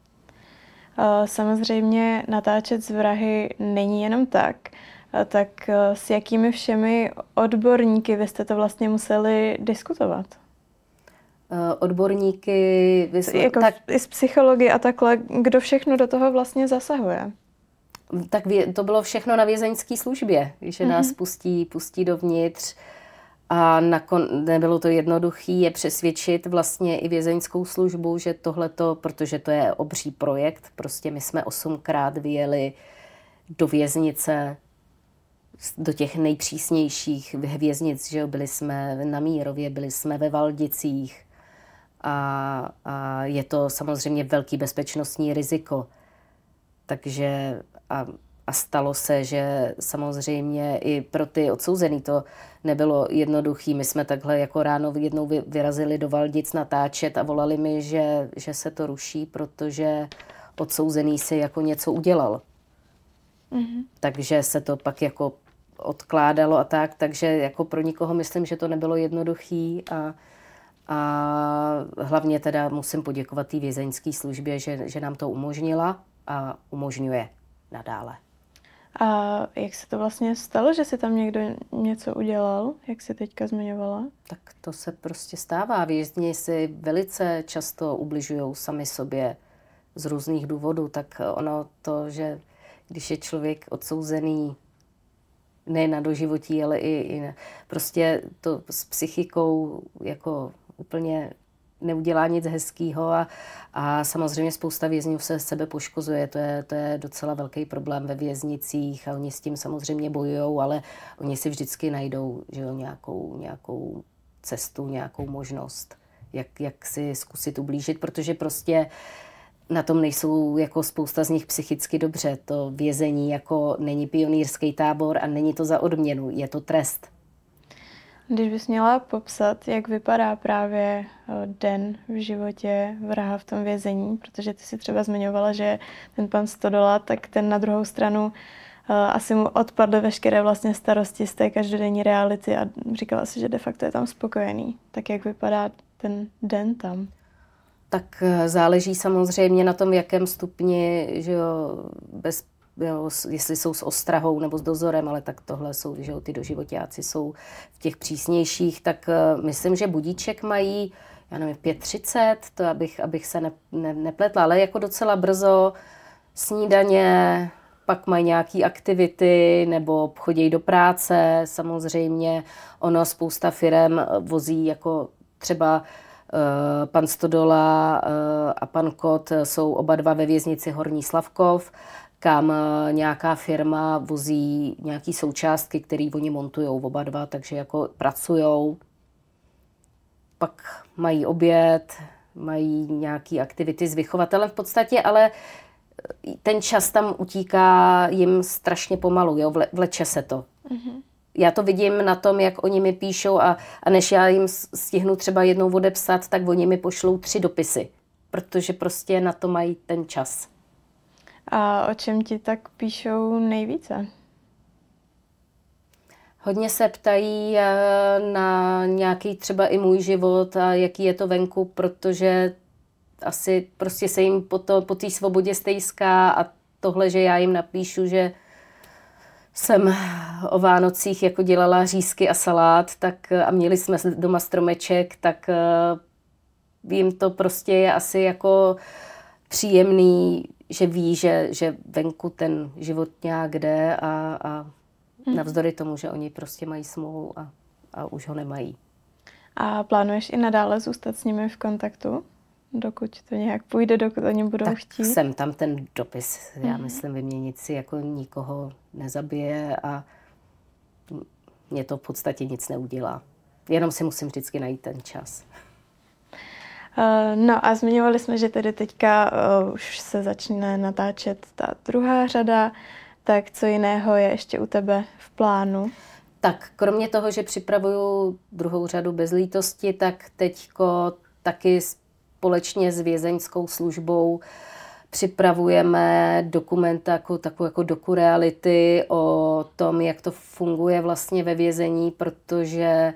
Samozřejmě natáčet z Vrahy není jenom tak. Tak s jakými všemi odborníky vy jste to vlastně museli diskutovat? Odborníky... Vysl... Jako tak... i z psychologie a takhle, kdo všechno do toho vlastně zasahuje? Tak to bylo všechno na vězeňské službě, že mm-hmm. nás pustí, pustí dovnitř a nakon, nebylo to jednoduché je přesvědčit vlastně i vězeňskou službu, že tohleto, protože to je obří projekt, prostě my jsme osmkrát vyjeli do věznice, do těch nejpřísnějších věznic, že byli jsme na Mírově, byli jsme ve Valdicích a, a je to samozřejmě velký bezpečnostní riziko. Takže a, a stalo se, že samozřejmě i pro ty odsouzený to nebylo jednoduché. My jsme takhle jako ráno jednou vyrazili do Valdic natáčet a volali mi, že, že se to ruší, protože odsouzený si jako něco udělal. Mm-hmm. Takže se to pak jako odkládalo a tak, takže jako pro nikoho myslím, že to nebylo jednoduchý a, a hlavně teda musím poděkovat té vězeňské službě, že, že nám to umožnila a umožňuje nadále. A jak se to vlastně stalo, že si tam někdo něco udělal, jak jsi teďka zmiňovala? Tak to se prostě stává. Vězni si velice často ubližují sami sobě z různých důvodů, tak ono to, že když je člověk odsouzený ne na doživotí, ale i, i prostě to s psychikou jako úplně neudělá nic hezkýho a, a samozřejmě spousta vězňů se sebe poškozuje. To je, to je docela velký problém ve věznicích a oni s tím samozřejmě bojujou, ale oni si vždycky najdou, že jo, nějakou, nějakou cestu, nějakou možnost, jak, jak si zkusit ublížit, protože prostě na tom nejsou jako spousta z nich psychicky dobře. To vězení jako není pionýrský tábor a není to za odměnu, je to trest. Když bys měla popsat, jak vypadá právě den v životě vraha v tom vězení, protože ty si třeba zmiňovala, že ten pan Stodola, tak ten na druhou stranu asi mu odpadly veškeré vlastně starosti z té každodenní reality a říkala si, že de facto je tam spokojený. Tak jak vypadá ten den tam? Tak záleží samozřejmě na tom, v jakém stupni, že jo, bez, jo, jestli jsou s ostrahou nebo s dozorem, ale tak tohle jsou, že jo, ty doživoťáci jsou v těch přísnějších, tak uh, myslím, že budíček mají, já nevím, pět třicet, to abych, abych se ne, ne, nepletla, ale jako docela brzo snídaně, pak mají nějaké aktivity nebo chodí do práce, samozřejmě ono spousta firem vozí jako třeba pan Stodola a pan Kot jsou oba dva ve věznici Horní Slavkov, kam nějaká firma vozí nějaký součástky, které oni montujou oba dva, takže jako pracujou. Pak mají oběd, mají nějaké aktivity s vychovatelem v podstatě, ale ten čas tam utíká jim strašně pomalu, jo? Vleče se to. Mm-hmm. Já to vidím na tom, jak oni mi píšou a, a než já jim stihnu třeba jednou odepsat, tak oni mi pošlou tři dopisy, protože prostě na to mají ten čas. A o čem ti tak píšou nejvíce? Hodně se ptají na nějaký třeba i můj život a jaký je to venku, protože asi prostě se jim po, to, po té svobodě stejská a tohle, že já jim napíšu, že jsem o Vánocích jako dělala řízky a salát tak, a měli jsme doma stromeček, tak jim to prostě je asi jako příjemný, že ví, že, že venku ten život nějak jde a, a navzdory tomu, že oni prostě mají smůlu a, a už ho nemají. A plánuješ i nadále zůstat s nimi v kontaktu? dokud to nějak půjde, dokud oni budou tak chtít. Jsem tam ten dopis, já Mhm. myslím, vyměnit si jako nikoho nezabije a mě to v podstatě nic neudělá. Jenom si musím vždycky najít ten čas. Uh, No a zmiňovali jsme, že tedy teďka uh, už se začne natáčet ta druhá řada, tak co jiného je ještě u tebe v plánu? Tak kromě toho, že připravuju druhou řadu Bez lítosti, tak teďko taky společně s vězeňskou službou připravujeme dokument, takovou, takovou jako dokureality o tom, jak to funguje vlastně ve vězení, protože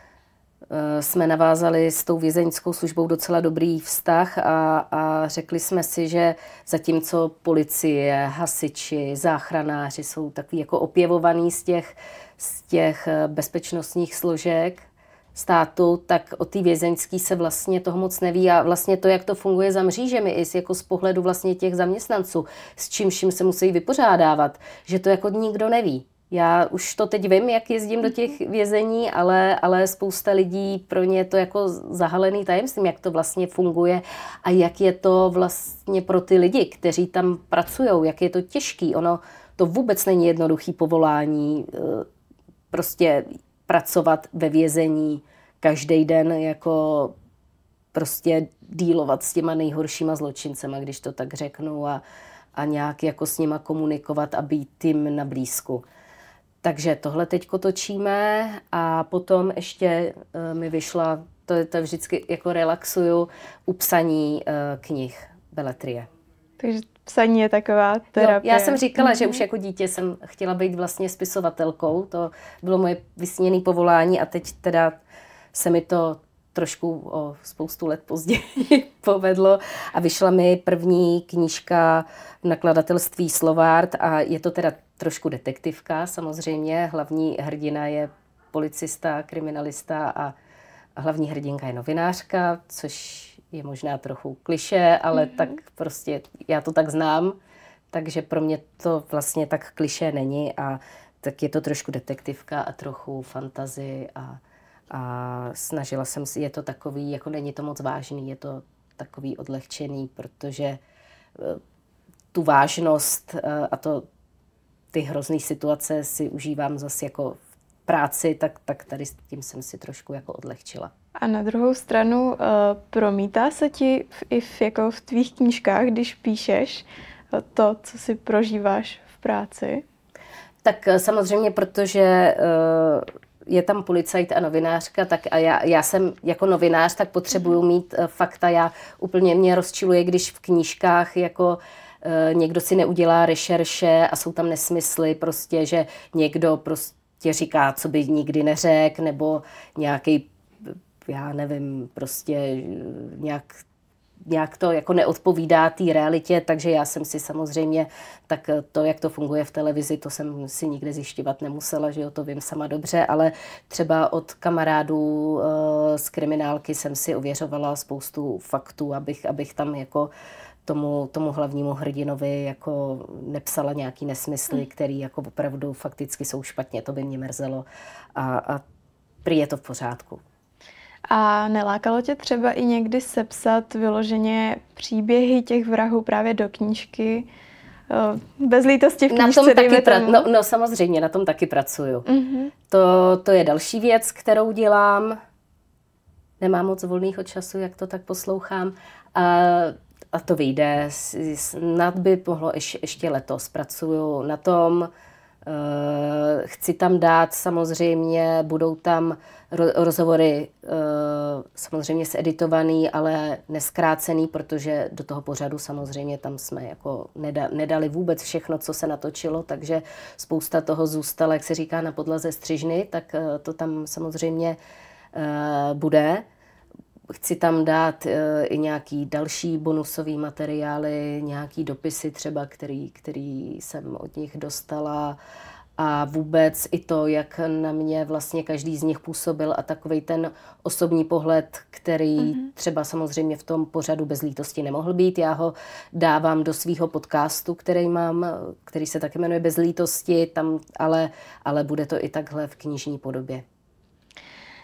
jsme navázali s tou vězeňskou službou docela dobrý vztah a, a řekli jsme si, že zatímco policie, hasiči, záchranáři jsou takový jako opěvovaný z těch, z těch bezpečnostních složek státu, tak o té vězeňský se vlastně toho moc neví a vlastně to, jak to funguje za mřížemi, i jako z pohledu vlastně těch zaměstnanců, s čím vším se musí vypořádávat, že to jako nikdo neví. Já už to teď vím, jak jezdím do těch vězení, ale, ale spousta lidí pro ně je to jako zahalený tajemstvím, jak to vlastně funguje a jak je to vlastně pro ty lidi, kteří tam pracují, jak je to těžký. Ono to vůbec není jednoduchý povolání, prostě pracovat ve vězení každý den, jako prostě dílovat s těma nejhoršíma zločincema, když to tak řeknu, a, a nějak jako s nima komunikovat a být jim na blízku. Takže tohle teďko točíme a potom ještě uh, mi vyšla, to, to vždycky jako relaxuju, u psaní uh, knih, beletrie. Takže psaní je taková terapie. Jo, já jsem říkala, mm-hmm. že už jako dítě jsem chtěla být vlastně spisovatelkou, to bylo moje vysněné povolání a teď teda se mi to trošku o spoustu let později povedlo a vyšla mi první knížka v nakladatelství Slovart a je to teda trošku detektivka samozřejmě. Hlavní hrdina je policista, kriminalista a hlavní hrdinka je novinářka, což je možná trochu klišé, ale mm-hmm. tak prostě já to tak znám, takže pro mě to vlastně tak klišé není a tak je to trošku detektivka a trochu fantasy a A snažila jsem si, je to takový, jako není to moc vážný, je to takový odlehčený, protože tu vážnost a to, ty hrozný situace si užívám zase jako v práci, tak, tak tady s tím jsem si trošku jako odlehčila. A na druhou stranu uh, promítá se ti v, i v, jako v tvých knížkách, když píšeš to, co si prožíváš v práci? Tak samozřejmě, protože uh, je tam policajt a novinářka, tak a já, já jsem jako novinář, tak potřebuju mít uh, fakta. Já úplně mě rozčiluje, když v knížkách jako uh, někdo si neudělá rešerše a jsou tam nesmysly, prostě, že někdo prostě říká, co by nikdy neřekl, nebo nějaký, já nevím, prostě nějak nějak to jako neodpovídá té realitě, takže já jsem si samozřejmě, tak to, jak to funguje v televizi, to jsem si nikde zjišťovat nemusela, že jo, to vím sama dobře, ale třeba od kamarádů z kriminálky jsem si ověřovala spoustu faktů, abych, abych tam jako tomu, tomu hlavnímu hrdinovi jako nepsala nějaký nesmysly, který jako opravdu fakticky jsou špatně, to by mě mrzelo a, a prý je to v pořádku. A nelákalo tě třeba i někdy sepsat vyloženě příběhy těch vrahů právě do knížky? Bez lítosti v knížce, na tom taky pra- no, no samozřejmě, na tom taky pracuju. Mm-hmm. To, to je další věc, kterou dělám. Nemám moc volného času, jak to tak poslouchám. A, a to vyjde. Snad by mohlo ještě, ještě letos. Pracuju na tom. Chci tam dát samozřejmě, budou tam rozhovory samozřejmě zeditovaný, ale neskrácený, protože do toho pořadu samozřejmě tam jsme jako nedali vůbec všechno, co se natočilo, takže spousta toho zůstala, jak se říká, na podlaze střižny, tak to tam samozřejmě bude. Chci tam dát i nějaký další bonusový materiály, nějaký dopisy třeba, který, který jsem od nich dostala a vůbec i to, jak na mě vlastně každý z nich působil a takovej ten osobní pohled, který mm-hmm. třeba samozřejmě v tom pořadu Bez lítosti nemohl být. Já ho dávám do svýho podcastu, který mám, který se taky jmenuje Bez lítosti, tam, ale, ale bude to i takhle v knižní podobě.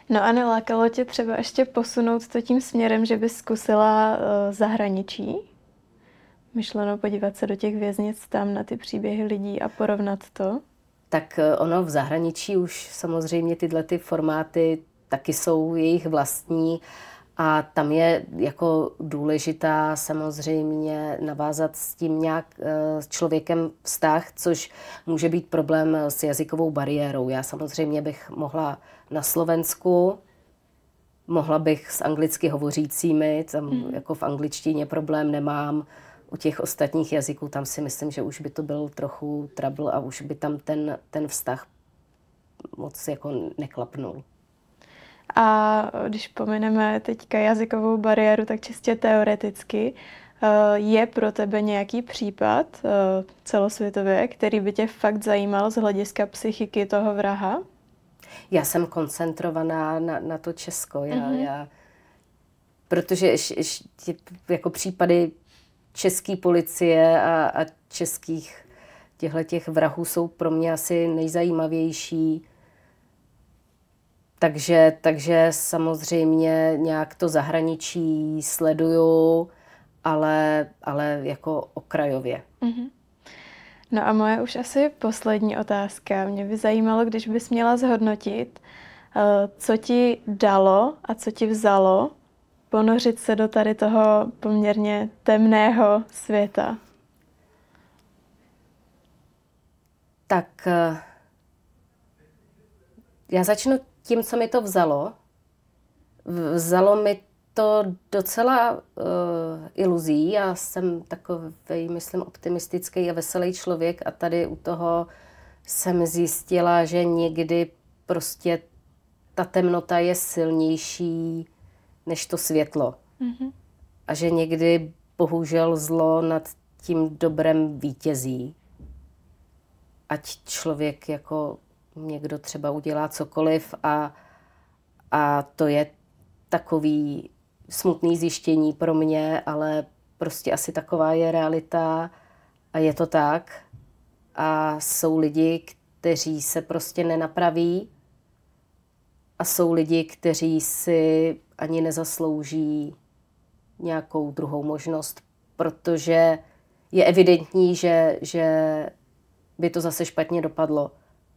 No a nelákalo tě třeba ještě posunout to tím směrem, že bys zkusila uh, zahraničí? Myšleno podívat se do těch věznic tam na ty příběhy lidí a porovnat to? Tak ono v zahraničí už samozřejmě tyhle ty formáty taky jsou jejich vlastní a tam je jako důležitá samozřejmě navázat s tím nějak s člověkem vztah, což může být problém s jazykovou bariérou. Já samozřejmě bych mohla na Slovensku, mohla bych s anglicky hovořícími, tam mm. jako v angličtině problém nemám. U těch ostatních jazyků tam si myslím, že už by to byl trochu trouble a už by tam ten, ten vztah moc jako neklapnul. A když pomineme teďka jazykovou bariéru, tak čistě teoreticky, je pro tebe nějaký případ celosvětově, který by tě fakt zajímal z hlediska psychiky toho vraha? Já jsem koncentrovaná na, na to Česko. Já, mm-hmm. já, protože ješ, ješ, jako případy české policie a, a českých těchto vrahů jsou pro mě asi nejzajímavější. Takže, takže samozřejmě nějak to zahraničí sleduju, ale, ale jako okrajově. Mm-hmm. No a moje už asi poslední otázka. Mě by zajímalo, když bys měla zhodnotit, co ti dalo a co ti vzalo ponořit se do tady toho poměrně temného světa. Tak já začnu tím, co mi to vzalo. Vzalo mi to docela uh, iluzí. Já jsem takový, myslím, optimistický a veselý člověk a tady u toho jsem zjistila, že někdy prostě ta temnota je silnější než to světlo. Mm-hmm. A že někdy bohužel zlo nad tím dobrem vítězí. Ať člověk jako někdo třeba udělá cokoliv a, a to je takový smutný zjištění pro mě, ale prostě asi taková je realita a je to tak. A jsou lidi, kteří se prostě nenapraví a jsou lidi, kteří si ani nezaslouží nějakou druhou možnost, protože je evidentní, že, že by to zase špatně dopadlo.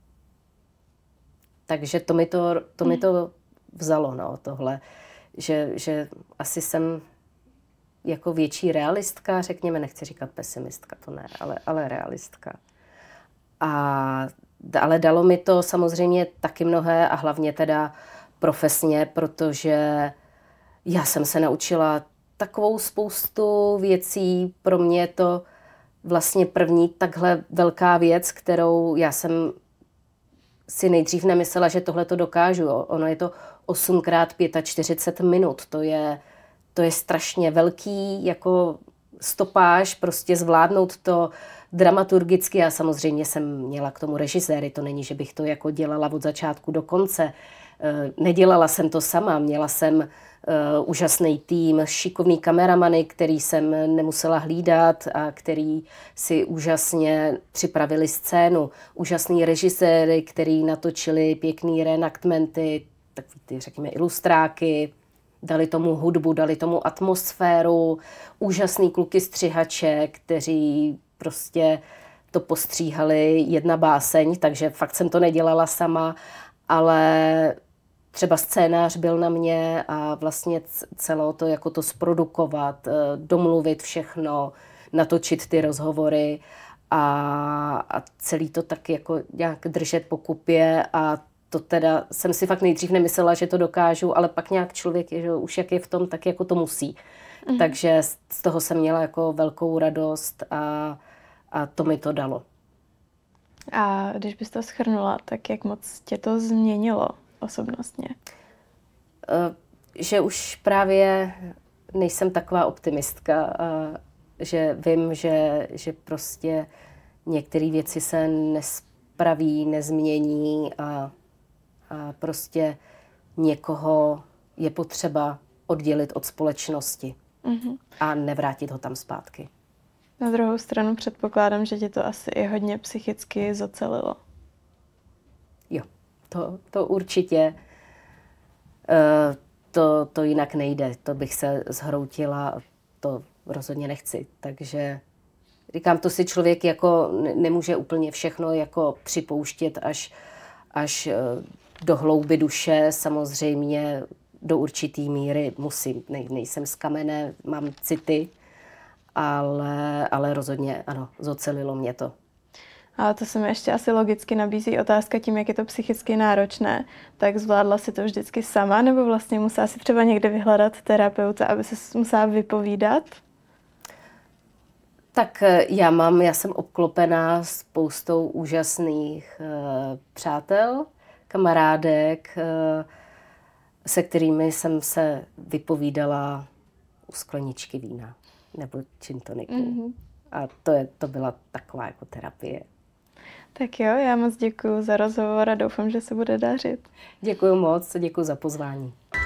Takže to mi to, to, mi to vzalo, no, tohle. Že, že asi jsem jako větší realistka, řekněme, nechci říkat pesimistka, to ne, ale, ale realistka. A, ale dalo mi to samozřejmě taky mnohé a hlavně teda profesně, protože já jsem se naučila takovou spoustu věcí. Pro mě je to vlastně první takhle velká věc, kterou já jsem si nejdřív nemyslela, že tohle to dokážu. Ono je to osm krát čtyřicet pět minut. To je, to je strašně velký jako stopáž, prostě zvládnout to dramaturgicky. Já samozřejmě jsem měla k tomu režiséry, to není, že bych to jako dělala od začátku do konce. Nedělala jsem to sama, měla jsem uh, úžasný tým, šikovný kameramany, který jsem nemusela hlídat a který si úžasně připravili scénu. Úžasný režiséry, který natočili pěkný reenactmenty, takový ty, řekněme, ilustráky, dali tomu hudbu, dali tomu atmosféru. Úžasný kluky střihače, kteří prostě to postříhali jedna báseň, takže fakt jsem to nedělala sama, ale třeba scénář byl na mě a vlastně celé to jako to zprodukovat, domluvit všechno, natočit ty rozhovory a, a celý to tak jako nějak držet po kupě a to teda jsem si fakt nejdřív nemyslela, že to dokážu, ale pak nějak člověk je, že už jak je v tom, tak jako to musí. Mm. Takže z toho jsem měla jako velkou radost a, a to mi to dalo. A když bys to shrnula, tak jak moc tě to změnilo osobnostně? Že už právě nejsem taková optimistka, a že vím, že, že prostě některé věci se nespraví, nezmění a, a prostě někoho je potřeba oddělit od společnosti mm-hmm. a nevrátit ho tam zpátky. Na druhou stranu předpokládám, že tě to asi i hodně psychicky zocelilo. Jo, to, to určitě. to, to jinak nejde. To bych se zhroutila, to rozhodně nechci. Takže říkám, to si člověk jako nemůže úplně všechno jako připouštět až, až do hlouby duše. Samozřejmě do určitý míry musím. Ne, nejsem z kamene, mám city, ale, ale rozhodně ano, zocelilo mě to. A to se mi ještě asi logicky nabízí otázka tím, jak je to psychicky náročné. Tak zvládla si to vždycky sama, nebo vlastně musela si třeba někde vyhledat terapeuta, aby se musela vypovídat? Tak já mám, já jsem obklopená spoustou úžasných uh, přátel, kamarádek, uh, se kterými jsem se vypovídala u skleničky vína nebo gin toniku. Mm-hmm. A to, je, to byla taková jako terapie. Tak jo, já moc děkuji za rozhovor a doufám, že se bude dařit. Děkuji moc, děkuji za pozvání.